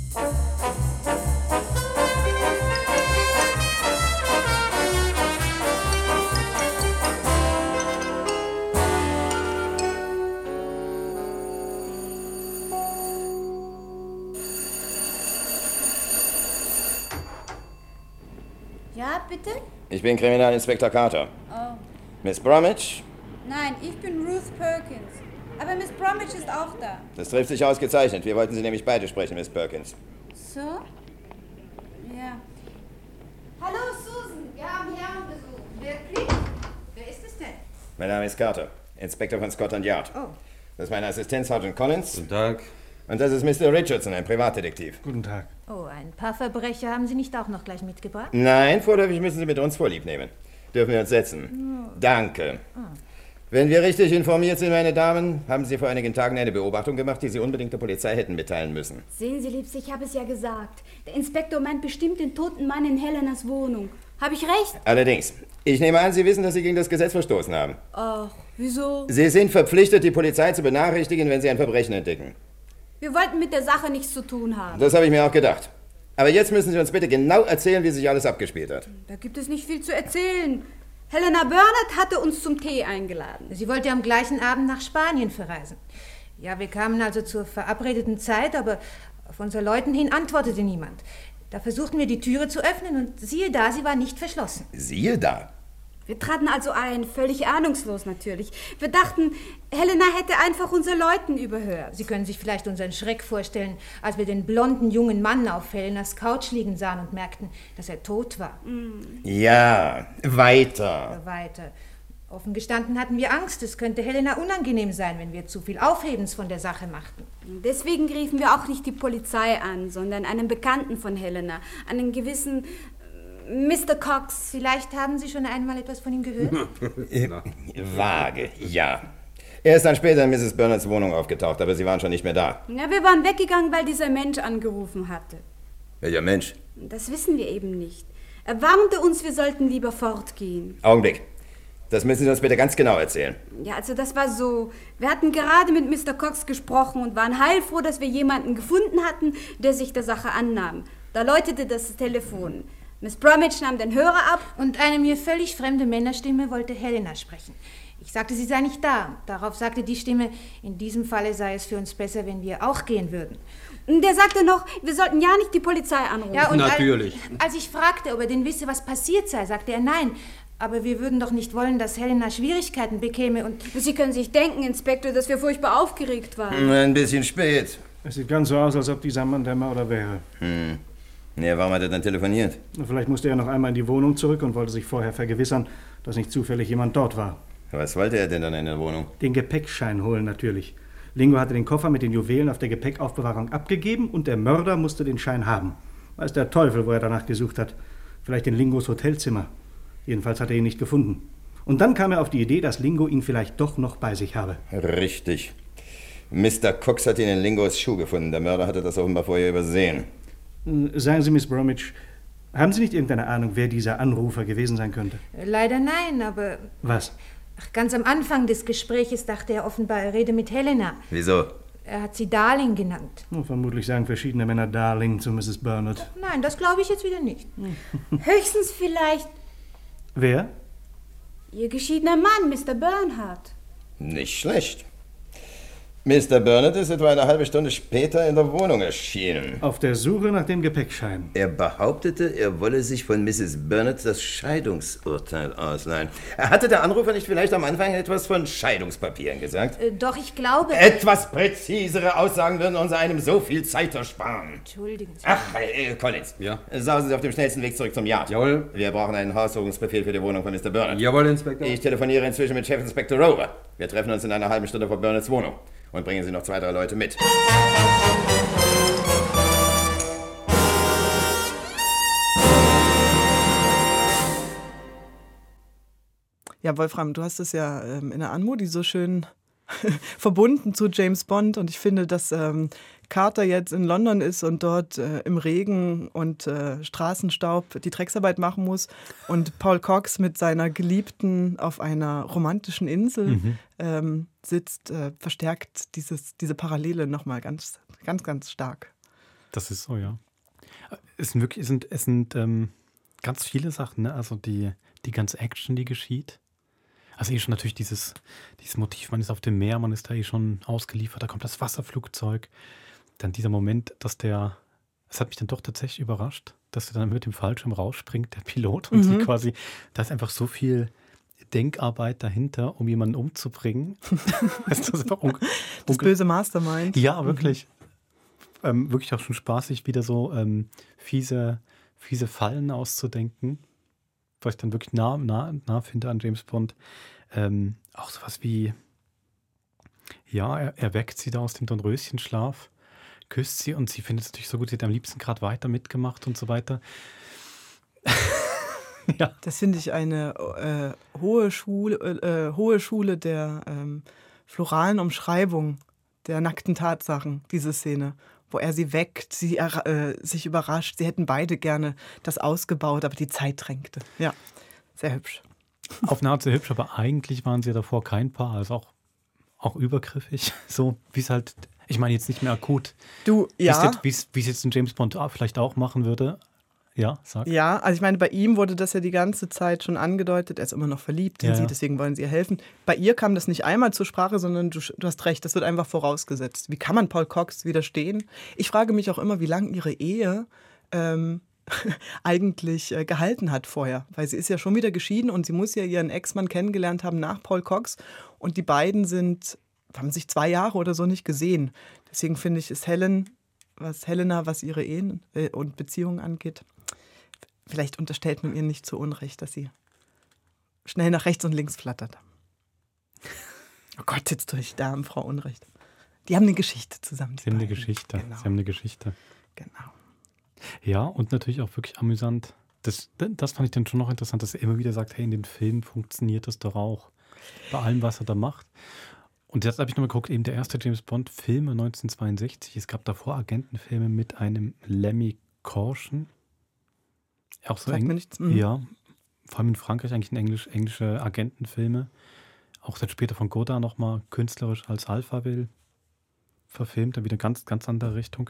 Ja, bitte? Ich bin Kriminalinspektor Carter. Oh. Miss Bromwich? Nein, ich bin Ruth Perkins. Aber Miss Bromwich ist auch da. Das trifft sich ausgezeichnet. Wir wollten Sie nämlich beide sprechen, Miss Perkins. So? Ja. Hallo, Susan. Wir haben Herrenbesuch. Wirklich? Wer ist es denn? Mein Name ist Carter, Inspektor von Scotland Yard. Oh. Das ist mein Assistent Sergeant Collins. Guten Tag. Und das ist Mister Richardson, ein Privatdetektiv. Guten Tag. Oh, ein paar Verbrecher haben Sie nicht auch noch gleich mitgebracht? Nein, vorläufig müssen Sie mit uns Vorlieb nehmen. Dürfen wir uns setzen? Oh. Danke. Oh. Wenn wir richtig informiert sind, meine Damen, haben Sie vor einigen Tagen eine Beobachtung gemacht, die Sie unbedingt der Polizei hätten mitteilen müssen. Sehen Sie, Liebste, ich habe es ja gesagt. Der Inspektor meint bestimmt den toten Mann in Helenas Wohnung. Habe ich recht? Allerdings. Ich nehme an, Sie wissen, dass Sie gegen das Gesetz verstoßen haben. Ach, wieso? Sie sind verpflichtet, die Polizei zu benachrichtigen, wenn Sie ein Verbrechen entdecken. Wir wollten mit der Sache nichts zu tun haben. Das habe ich mir auch gedacht. Aber jetzt müssen Sie uns bitte genau erzählen, wie sich alles abgespielt hat. Da gibt es nicht viel zu erzählen. Helena Bernhardt hatte uns zum Tee eingeladen. Sie wollte am gleichen Abend nach Spanien verreisen. Ja, wir kamen also zur verabredeten Zeit, aber auf unsere Leuten hin antwortete niemand. Da versuchten wir, die Türe zu öffnen und siehe da, sie war nicht verschlossen. Siehe da. Wir traten also ein, völlig ahnungslos natürlich. Wir dachten, Helena hätte einfach unsere Leuten überhört. Sie können sich vielleicht unseren Schreck vorstellen, als wir den blonden jungen Mann auf Helenas Couch liegen sahen und merkten, dass er tot war. Mm. Ja, weiter. Weiter. Offen gestanden hatten wir Angst, es könnte Helena unangenehm sein, wenn wir zu viel Aufhebens von der Sache machten. Deswegen riefen wir auch nicht die Polizei an, sondern einen Bekannten von Helena, einen gewissen Mister Cox. Vielleicht haben Sie schon einmal etwas von ihm gehört? Vage, ja. Er ist dann später in Misses Burnetts Wohnung aufgetaucht, aber sie waren schon nicht mehr da. Ja, wir waren weggegangen, weil dieser Mensch angerufen hatte. Welcher Mensch? Das wissen wir eben nicht. Er warnte uns, wir sollten lieber fortgehen. Augenblick. Das müssen Sie uns bitte ganz genau erzählen. Ja, also das war so. Wir hatten gerade mit Mister Cox gesprochen und waren heilfroh, dass wir jemanden gefunden hatten, der sich der Sache annahm. Da läutete das Telefon. Miss Bromwich nahm den Hörer ab. Und eine mir völlig fremde Männerstimme wollte Helena sprechen. Ich sagte, sie sei nicht da. Darauf sagte die Stimme, in diesem Falle sei es für uns besser, wenn wir auch gehen würden. Der sagte noch, wir sollten ja nicht die Polizei anrufen. Ja, und natürlich. Als, als ich fragte, ob er denn wisse, was passiert sei, sagte er nein. Aber wir würden doch nicht wollen, dass Helena Schwierigkeiten bekäme und... Sie können sich denken, Inspektor, dass wir furchtbar aufgeregt waren. Ein bisschen spät. Es sieht ganz so aus, als ob dieser Mann der Mörder wäre. Hm. Ja, warum hat er dann telefoniert? Vielleicht musste er noch einmal in die Wohnung zurück und wollte sich vorher vergewissern, dass nicht zufällig jemand dort war. Was wollte er denn dann in der Wohnung? Den Gepäckschein holen natürlich. Lingo hatte den Koffer mit den Juwelen auf der Gepäckaufbewahrung abgegeben und der Mörder musste den Schein haben. Weiß der Teufel, wo er danach gesucht hat. Vielleicht in Lingos Hotelzimmer. Jedenfalls hat er ihn nicht gefunden. Und dann kam er auf die Idee, dass Lingo ihn vielleicht doch noch bei sich habe. Richtig. Mister Cox hat ihn in Lingos Schuh gefunden. Der Mörder hatte das offenbar vorher übersehen. Sagen Sie, Miss Bromwich, haben Sie nicht irgendeine Ahnung, wer dieser Anrufer gewesen sein könnte? Leider nein, aber... Was? Ach, ganz am Anfang des Gespräches dachte er offenbar, er rede mit Helena. Wieso? Er hat sie Darling genannt. Oh, vermutlich sagen verschiedene Männer Darling zu Misses Burnett. Nein, das glaube ich jetzt wieder nicht. Höchstens vielleicht... Wer? Ihr geschiedener Mann, Mister Bernhardt. Nicht schlecht. Mister Burnett ist etwa eine halbe Stunde später in der Wohnung erschienen. Auf der Suche nach dem Gepäckschein. Er behauptete, er wolle sich von Misses Burnett das Scheidungsurteil ausleihen. Hatte der Anrufer nicht vielleicht am Anfang etwas von Scheidungspapieren gesagt? Äh, doch, ich glaube... Etwas präzisere Aussagen würden uns einem so viel Zeit ersparen. Entschuldigen Sie. Ach, äh, Collins. Ja? Sausen Sie auf dem schnellsten Weg zurück zum Yard. Jawohl. Wir brauchen einen Haussuchungsbefehl für die Wohnung von Mister Burnett. Jawohl, Inspektor. Ich telefoniere inzwischen mit Chefinspektor Rover. Wir treffen uns in einer halben Stunde vor Burnetts Wohnung. Und bringen Sie noch zwei, drei Leute mit. Ja, Wolfram, du hast es ja ähm, in der Anmodi so schön verbunden zu James Bond. Und ich finde, dass ähm, Carter jetzt in London ist und dort äh, im Regen und äh, Straßenstaub die Drecksarbeit machen muss und Paul Cox mit seiner Geliebten auf einer romantischen Insel mhm. ähm, sitzt, äh, verstärkt dieses, diese Parallele nochmal ganz, ganz, ganz stark. Das ist so, ja. Es sind wirklich, es sind, es sind ähm, ganz viele Sachen, ne? Also die, die ganze Action, die geschieht. Also eh schon natürlich dieses, dieses Motiv, man ist auf dem Meer, man ist da eh schon ausgeliefert, da kommt das Wasserflugzeug. Dann dieser Moment, dass der, es hat mich dann doch tatsächlich überrascht, dass er dann mit dem Fallschirm rausspringt, der Pilot, und mhm. sie quasi, da ist einfach so viel Denkarbeit dahinter, um jemanden umzubringen. das ist einfach un- das böse Mastermind. Ja, wirklich. Mhm. Ähm, wirklich auch schon spaßig, wieder so ähm, fiese, fiese Fallen auszudenken. Was ich dann wirklich nah, nah, nah finde an James Bond. Ähm, auch sowas wie, ja, er, er weckt sie da aus dem Dornröschenschlaf, küsst sie und sie findet es natürlich so gut, sie hat am liebsten gerade weiter mitgemacht und so weiter. ja. Das finde ich eine äh, hohe, Schule, äh, hohe Schule der ähm, floralen Umschreibung der nackten Tatsachen, diese Szene, wo er sie weckt, sie äh, sich überrascht. Sie hätten beide gerne das ausgebaut, aber die Zeit drängte. Ja, sehr hübsch. Auf eine Art sehr hübsch, aber eigentlich waren sie ja davor kein Paar, also auch, auch übergriffig, so wie es halt, ich meine jetzt nicht mehr akut. Du, ja. Wie es jetzt ein James Bond vielleicht auch machen würde. Ja, sag. Ja, also ich meine, bei ihm wurde das ja die ganze Zeit schon angedeutet, er ist immer noch verliebt in ja, sie, ja. deswegen wollen sie ihr helfen. Bei ihr kam das nicht einmal zur Sprache, sondern du, du hast recht, das wird einfach vorausgesetzt. Wie kann man Paul Cox widerstehen? Ich frage mich auch immer, wie lange ihre Ehe ähm, eigentlich äh, gehalten hat vorher. Weil sie ist ja schon wieder geschieden und sie muss ja ihren Ex-Mann kennengelernt haben nach Paul Cox. Und die beiden sind, haben sich zwei Jahre oder so nicht gesehen. Deswegen finde ich, ist Helen, was Helena, was ihre Ehen äh, und Beziehungen angeht, vielleicht unterstellt man ihr nicht zu Unrecht, dass sie schnell nach rechts und links flattert. Oh Gott, jetzt tue ich da Frau Unrecht. Die haben eine Geschichte zusammen. Sie haben eine Geschichte. Genau. Sie haben eine Geschichte. Genau. Ja, und natürlich auch wirklich amüsant. Das, das fand ich dann schon noch interessant, dass er immer wieder sagt, hey, in den Filmen funktioniert das doch auch. Bei allem, was er da macht. Und jetzt habe ich nochmal geguckt, eben der erste James Bond-Film neunzehnhundertzweiundsechzig. Es gab davor Agentenfilme mit einem Lemmy Caution. Auch so Sagt mir nichts. Mhm. Ja, vor allem in Frankreich eigentlich in Englisch, englische Agentenfilme. Auch dann später von Godard nochmal künstlerisch als Alphaville verfilmt, dann wieder ganz, ganz andere Richtung.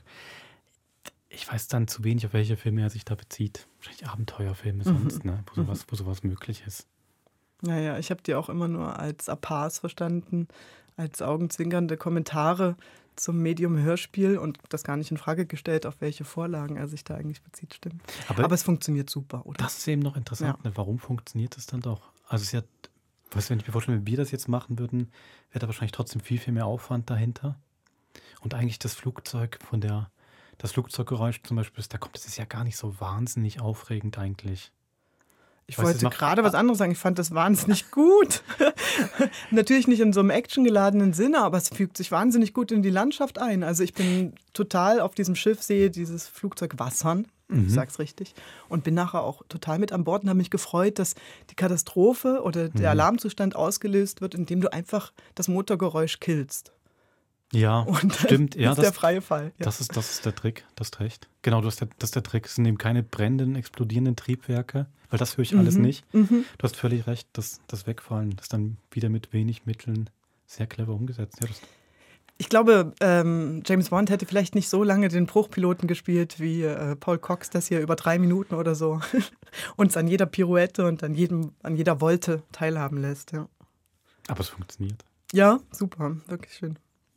Ich weiß dann zu wenig, auf welche Filme er sich da bezieht. Wahrscheinlich Abenteuerfilme sonst, Mhm. ne? wo, sowas, wo sowas möglich ist. Naja, ich habe die auch immer nur als Apars verstanden, als augenzwinkernde Kommentare zum Medium Hörspiel und das gar nicht in Frage gestellt, auf welche Vorlagen er sich da eigentlich bezieht, stimmt. Aber, Aber es funktioniert super, oder? Das ist eben noch interessant. Ja. Ne? Warum funktioniert es dann doch? Also es ist ja, weißt du, wenn ich mir vorstelle, wenn wir das jetzt machen würden, wäre da wahrscheinlich trotzdem viel, viel mehr Aufwand dahinter. Und eigentlich das Flugzeug von der, das Flugzeuggeräusch zum Beispiel, da kommt, das ist ja gar nicht so wahnsinnig aufregend eigentlich. Ich Weißt du, wollte es macht- gerade was anderes sagen. Ich fand das wahnsinnig gut. Natürlich nicht in so einem actiongeladenen Sinne, aber es fügt sich wahnsinnig gut in die Landschaft ein. Also ich bin total auf diesem Schiff, sehe dieses Flugzeug wassern, Mhm. ich sag's richtig, und bin nachher auch total mit an Bord und habe mich gefreut, dass die Katastrophe oder der Mhm. Alarmzustand ausgelöst wird, indem du einfach das Motorgeräusch killst. Ja, Und dann stimmt. Ja, ist das, der freie Fall. Ja. Das, ist, das ist der Trick, das ist recht. Genau, das ist der, das ist der Trick. Es sind eben keine brennenden, explodierenden Triebwerke, weil das höre ich alles Mhm, nicht. mhm. Du hast völlig recht, das, das Wegfallen, das dann wieder mit wenig Mitteln sehr clever umgesetzt. Ja, das, Ich glaube, ähm, James Bond hätte vielleicht nicht so lange den Bruchpiloten gespielt, wie äh, Paul Cox das hier über drei Minuten oder so uns an jeder Pirouette und an, jedem, an jeder Volte teilhaben lässt. Ja, aber es funktioniert. ja super, wirklich schön.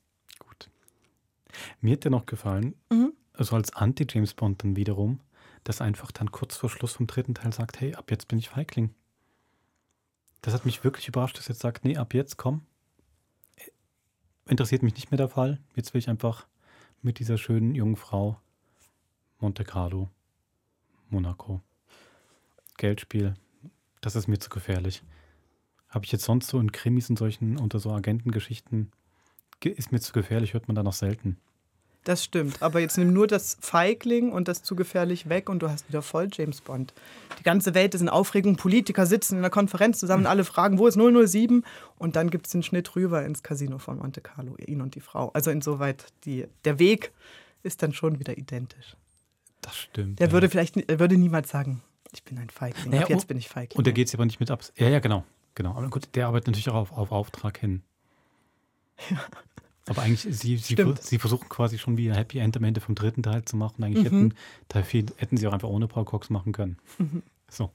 Mir hat der noch gefallen, Mhm. also als Anti-James Bond dann wiederum, dass einfach dann kurz vor Schluss vom dritten Teil sagt, hey, ab jetzt bin ich Feigling. Das hat mich wirklich überrascht, dass er jetzt sagt, nee, ab jetzt komm. Interessiert mich nicht mehr der Fall. Jetzt will ich einfach mit dieser schönen jungen Frau Monte Carlo, Monaco, Geldspiel, das ist mir zu gefährlich. Habe ich jetzt sonst so in Krimis und solchen, unter so Agentengeschichten, ge- ist mir zu gefährlich, hört man da noch selten. Das stimmt, aber jetzt nimm nur das Feigling und das zu gefährlich weg und du hast wieder voll James Bond. Die ganze Welt ist in Aufregung, Politiker sitzen in einer Konferenz zusammen, alle fragen, wo ist null null sieben? Und dann gibt es den Schnitt rüber ins Casino von Monte Carlo, ihn und die Frau. Also insoweit, die, der Weg ist dann schon wieder identisch. Das stimmt. Der ja. würde vielleicht, er würde niemals sagen, ich bin ein Feigling, Naja, ab jetzt und- bin ich Feigling. Und der geht es aber nicht mit ab. Ja, ja, genau. genau. Aber gut, der arbeitet natürlich auch auf, auf Auftrag hin. Aber eigentlich, sie, sie, Stimmt. sie versuchen quasi schon wie ein Happy End am Ende vom dritten Teil zu machen. Eigentlich Mhm. hätten, Teil vier, hätten sie auch einfach ohne Paul Cox machen können. Mhm. So.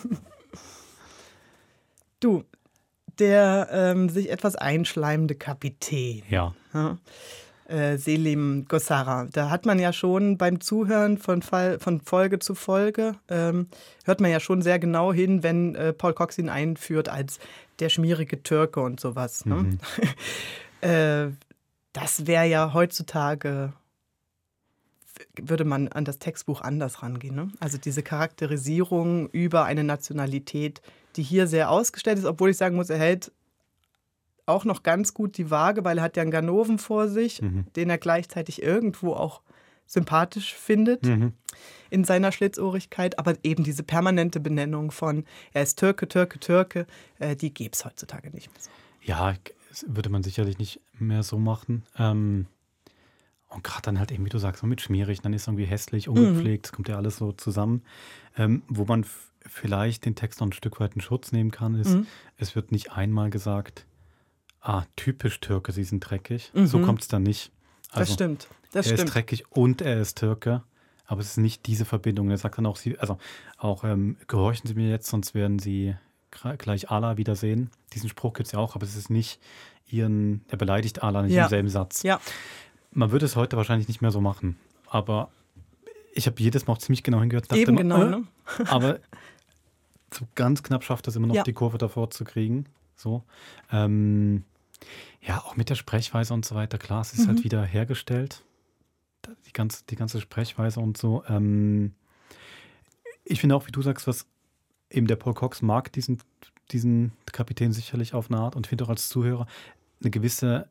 Du, der ähm, sich etwas einschleimende Kapitän. Ja. Ja. Äh, Selim Gossara. Da hat man ja schon beim Zuhören von, Fall, von Folge zu Folge, ähm, hört man ja schon sehr genau hin, wenn äh, Paul Cox ihn einführt als der schmierige Türke und sowas. Ne? Mhm. äh, das wäre ja heutzutage, würde man an das Textbuch anders rangehen. Ne? Also diese Charakterisierung über eine Nationalität, die hier sehr ausgestellt ist, obwohl ich sagen muss, er hält auch noch ganz gut die Waage, weil er hat ja einen Ganoven vor sich, Mhm. den er gleichzeitig irgendwo auch sympathisch findet Mhm. in seiner Schlitzohrigkeit. Aber eben diese permanente Benennung von, er ist Türke, Türke, Türke, äh, die gäbe es heutzutage nicht mehr so. Ja, das würde man sicherlich nicht mehr so machen. Ähm, und gerade dann halt eben, wie du sagst, so mit schmierig, dann ist irgendwie hässlich, ungepflegt, das kommt ja alles so zusammen. Ähm, wo man f- vielleicht den Text noch ein Stück weit in Schutz nehmen kann, ist, Mhm. es wird nicht einmal gesagt, ah, typisch Türke, sie sind dreckig. Mhm. So kommt es dann nicht. Das stimmt, das er stimmt. ist dreckig und er ist Türke, aber es ist nicht diese Verbindung. Er sagt dann auch, sie, also auch, ähm, gehorchen Sie mir jetzt, sonst werden Sie gra- gleich Allah wiedersehen. Diesen Spruch gibt es ja auch, aber es ist nicht ihren, er beleidigt Allah nicht Ja. im selben Satz. Ja. Man würde es heute wahrscheinlich nicht mehr so machen, aber ich habe jedes Mal auch ziemlich genau hingehört. Dachte Eben immer, genau, äh, ne? Aber so ganz knapp schafft es immer noch, Ja. die Kurve davor zu kriegen. So. Ähm, ja, auch mit der Sprechweise und so weiter. Klar, es ist Mhm. halt wieder hergestellt. Die ganze, die ganze Sprechweise und so. Ähm, ich finde auch, wie du sagst, was eben der Paul Cox mag, diesen, diesen Kapitän sicherlich auf eine Art und finde auch als Zuhörer eine gewisse.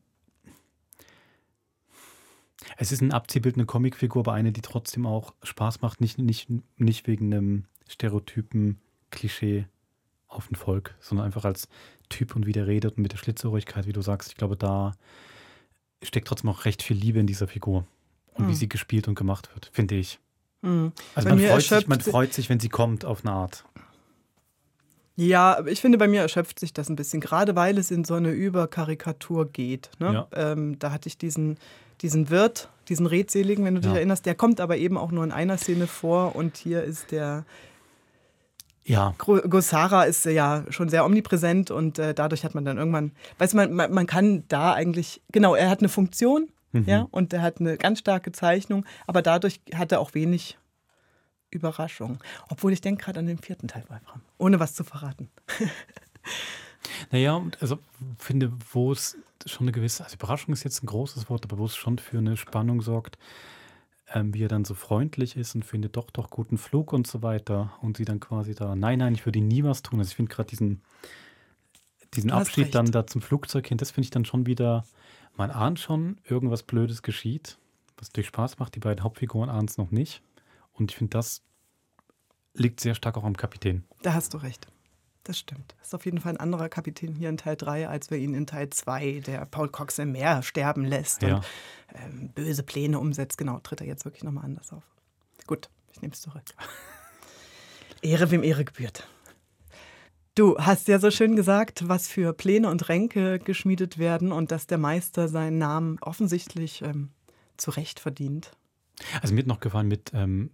Es ist ein Abziehbild, eine Comicfigur, aber eine, die trotzdem auch Spaß macht, nicht, nicht, nicht wegen einem Stereotypen, Klischee auf ein Volk, sondern einfach als Typ und wie der redet und mit der Schlitzohrigkeit, wie du sagst. Ich glaube, da steckt trotzdem auch recht viel Liebe in dieser Figur und wie Mhm. sie gespielt und gemacht wird, finde ich. Mhm. Also Bei man mir freut, sich, erschöpft man sie- freut sich, wenn sie kommt, auf eine Art. Ja, aber ich finde, bei mir erschöpft sich das ein bisschen, gerade weil es in so eine Überkarikatur geht. Ne? Ja. Ähm, da hatte ich diesen, diesen Wirt, diesen Redseligen, wenn du dich Ja. erinnerst, der kommt aber eben auch nur in einer Szene vor und hier ist der Ja. Gro- Gosara ist äh, ja schon sehr omnipräsent und äh, dadurch hat man dann irgendwann, weißt du, man, man, man kann da eigentlich, genau, er hat eine Funktion, Mhm. ja, und er hat eine ganz starke Zeichnung, aber dadurch hat er auch wenig Überraschung. Obwohl ich denke gerade an den vierten Teil, Wolfram, ohne was zu verraten. Naja, und also finde, wo es schon eine gewisse, also Überraschung ist jetzt ein großes Wort, aber wo es schon für eine Spannung sorgt, ähm, wie er dann so freundlich ist und findet doch, doch guten Flug und so weiter und sie dann quasi da, nein, nein, ich würde Ihnen nie was tun. Also ich finde gerade diesen, diesen Du hast Abschied recht. dann da zum Flugzeug hin, das finde ich dann schon wieder, man ahnt schon, irgendwas Blödes geschieht, was durch Spaß macht, die beiden Hauptfiguren ahnen es noch nicht und ich finde, das liegt sehr stark auch am Kapitän. Da hast du recht. Das stimmt. Das ist auf jeden Fall ein anderer Kapitän hier in Teil drei, als wir ihn in Teil zwei, der Paul Cox im Meer sterben lässt Ja. und ähm, böse Pläne umsetzt. Genau, tritt er jetzt wirklich nochmal anders auf. Gut, ich nehme es zurück. Ehre, wem Ehre gebührt. Du hast ja so schön gesagt, was für Pläne und Ränke geschmiedet werden und dass der Meister seinen Namen offensichtlich ähm, zu Recht verdient. Also mir hat noch gefallen mit, ähm,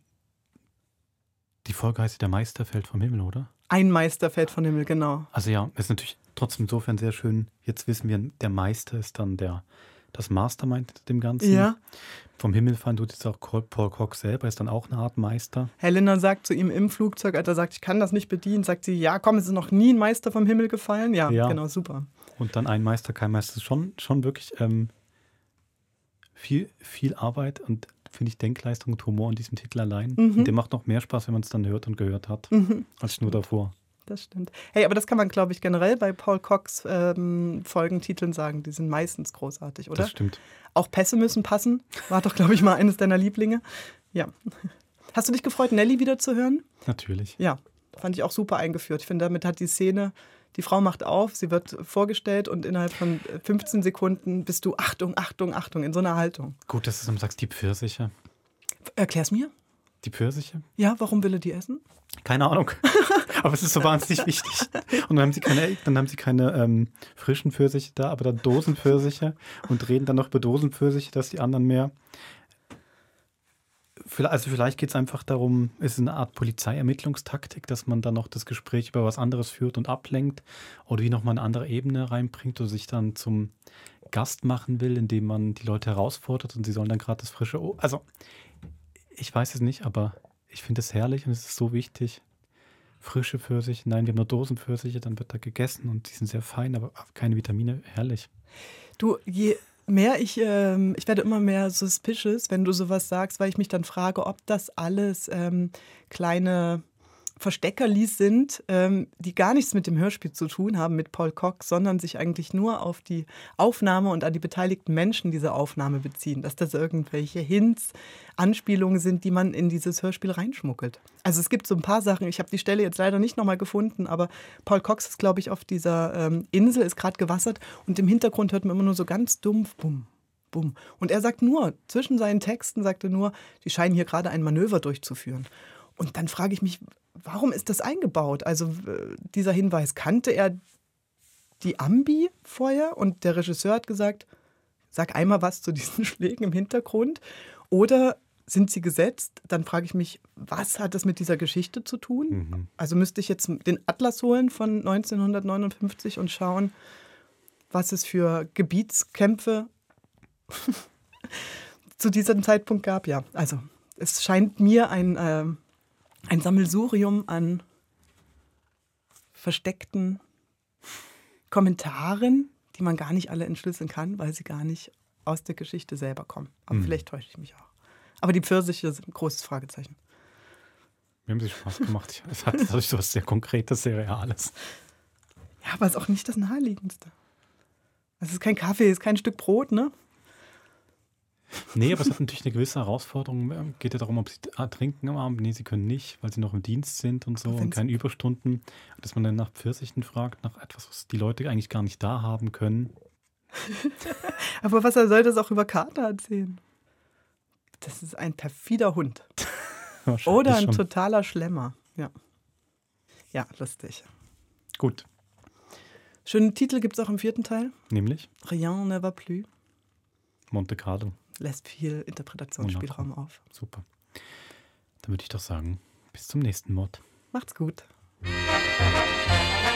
die Folge heißt Der Meister fällt vom Himmel, oder? Ein Meister fällt vom Himmel, genau. Also ja, es ist natürlich trotzdem insofern sehr schön. Jetzt wissen wir, der Meister ist dann der, das Mastermind dem Ganzen. Ja. Vom Himmel fallen tut jetzt auch Paul Cox selber, ist dann auch eine Art Meister. Helena sagt zu ihm im Flugzeug, als er sagt, ich kann das nicht bedienen, sagt sie, ja komm, es ist noch nie ein Meister vom Himmel gefallen. Ja, Ja. genau, super. Und dann ein Meister, kein Meister. Schon, schon wirklich ähm, viel, viel Arbeit und finde ich Denkleistung und Humor in diesem Titel allein. Mhm. Und der macht noch mehr Spaß, wenn man es dann hört und gehört hat, Mhm. als nur davor. Das stimmt. Hey, aber das kann man, glaube ich, generell bei Paul Cox ähm, Folgentiteln sagen. Die sind meistens großartig, oder? Das stimmt. Auch Pässe müssen passen. War doch, glaube ich, mal eines deiner Lieblinge. Ja. Hast du dich gefreut, Nelly wieder zu hören? Natürlich. Ja, fand ich auch super eingeführt. Ich finde, damit hat die Szene, die Frau macht auf, sie wird vorgestellt und innerhalb von fünfzehn Sekunden bist du Achtung, Achtung, Achtung in so einer Haltung. Gut, dass du dann sagst, die Pfirsiche. Erklär's mir. Die Pfirsiche? Ja, warum will er die essen? Keine Ahnung. Aber es ist so wahnsinnig wichtig. Und dann haben sie keine, dann haben sie keine ähm, frischen Pfirsiche da, aber dann Dosenpfirsiche und reden dann noch über Dosenpfirsiche, dass die anderen mehr. Also vielleicht geht es einfach darum, es ist eine Art Polizeiermittlungstaktik, dass man dann noch das Gespräch über was anderes führt und ablenkt oder wie nochmal eine andere Ebene reinbringt oder sich dann zum Gast machen will, indem man die Leute herausfordert und sie sollen dann gerade das frische. O- also ich weiß es nicht, aber ich finde es herrlich und es ist so wichtig. Frische Pfirsiche, nein, wir haben nur Dosenpfirsiche, dann wird da gegessen und die sind sehr fein, aber keine Vitamine, herrlich. Du, je mehr ich, ähm, ich werde immer mehr suspicious, wenn du sowas sagst, weil ich mich dann frage, ob das alles ähm, kleine Versteckerlis sind, ähm, die gar nichts mit dem Hörspiel zu tun haben, mit Paul Cox, sondern sich eigentlich nur auf die Aufnahme und an die beteiligten Menschen dieser Aufnahme beziehen. Dass das irgendwelche Hints, Anspielungen sind, die man in dieses Hörspiel reinschmuggelt. Also es gibt so ein paar Sachen, ich habe die Stelle jetzt leider nicht nochmal gefunden, aber Paul Cox ist, glaube ich, auf dieser ähm, Insel, ist gerade gewassert und im Hintergrund hört man immer nur so ganz dumpf, bumm, bumm. Und er sagt nur, zwischen seinen Texten sagt er nur, die scheinen hier gerade ein Manöver durchzuführen. Und dann frage ich mich, warum ist das eingebaut? Also äh, dieser Hinweis, kannte er die Ambi vorher? Und der Regisseur hat gesagt, sag einmal was zu diesen Schlägen im Hintergrund. Oder sind sie gesetzt? Dann frage ich mich, was hat das mit dieser Geschichte zu tun? Mhm. Also müsste ich jetzt den Atlas holen von neunzehnhundertneunundfünfzig und schauen, was es für Gebietskämpfe zu diesem Zeitpunkt gab. Ja, also es scheint mir ein, äh, ein Sammelsurium an versteckten Kommentaren, die man gar nicht alle entschlüsseln kann, weil sie gar nicht aus der Geschichte selber kommen. Aber Mhm. vielleicht täusche ich mich auch. Aber die Pfirsiche sind ein großes Fragezeichen. Mir haben sie Spaß gemacht. Es hat dadurch so was sehr Konkretes, sehr Reales. Ja, aber es ist auch nicht das Naheliegendste. Es ist kein Kaffee, es ist kein Stück Brot, ne? Nee, aber es hat natürlich eine gewisse Herausforderung. Ähm, Geht ja darum, ob sie ah, trinken am Abend. Nee, sie können nicht, weil sie noch im Dienst sind und so und Wenn's- keine Überstunden. Dass man dann nach Pfirsichen fragt, nach etwas, was die Leute eigentlich gar nicht da haben können. Aber was soll das auch über Kater erzählen? Das ist ein perfider Hund. Wahrscheinlich Oder ein schon. totaler Schlemmer. Ja. Ja, lustig. Gut. Schönen Titel gibt es auch im vierten Teil. Nämlich Rien ne va plus. Monte Carlo. Lässt viel Interpretationsspielraum auf. Super. Dann würde ich doch sagen, bis zum nächsten Mod. Macht's gut.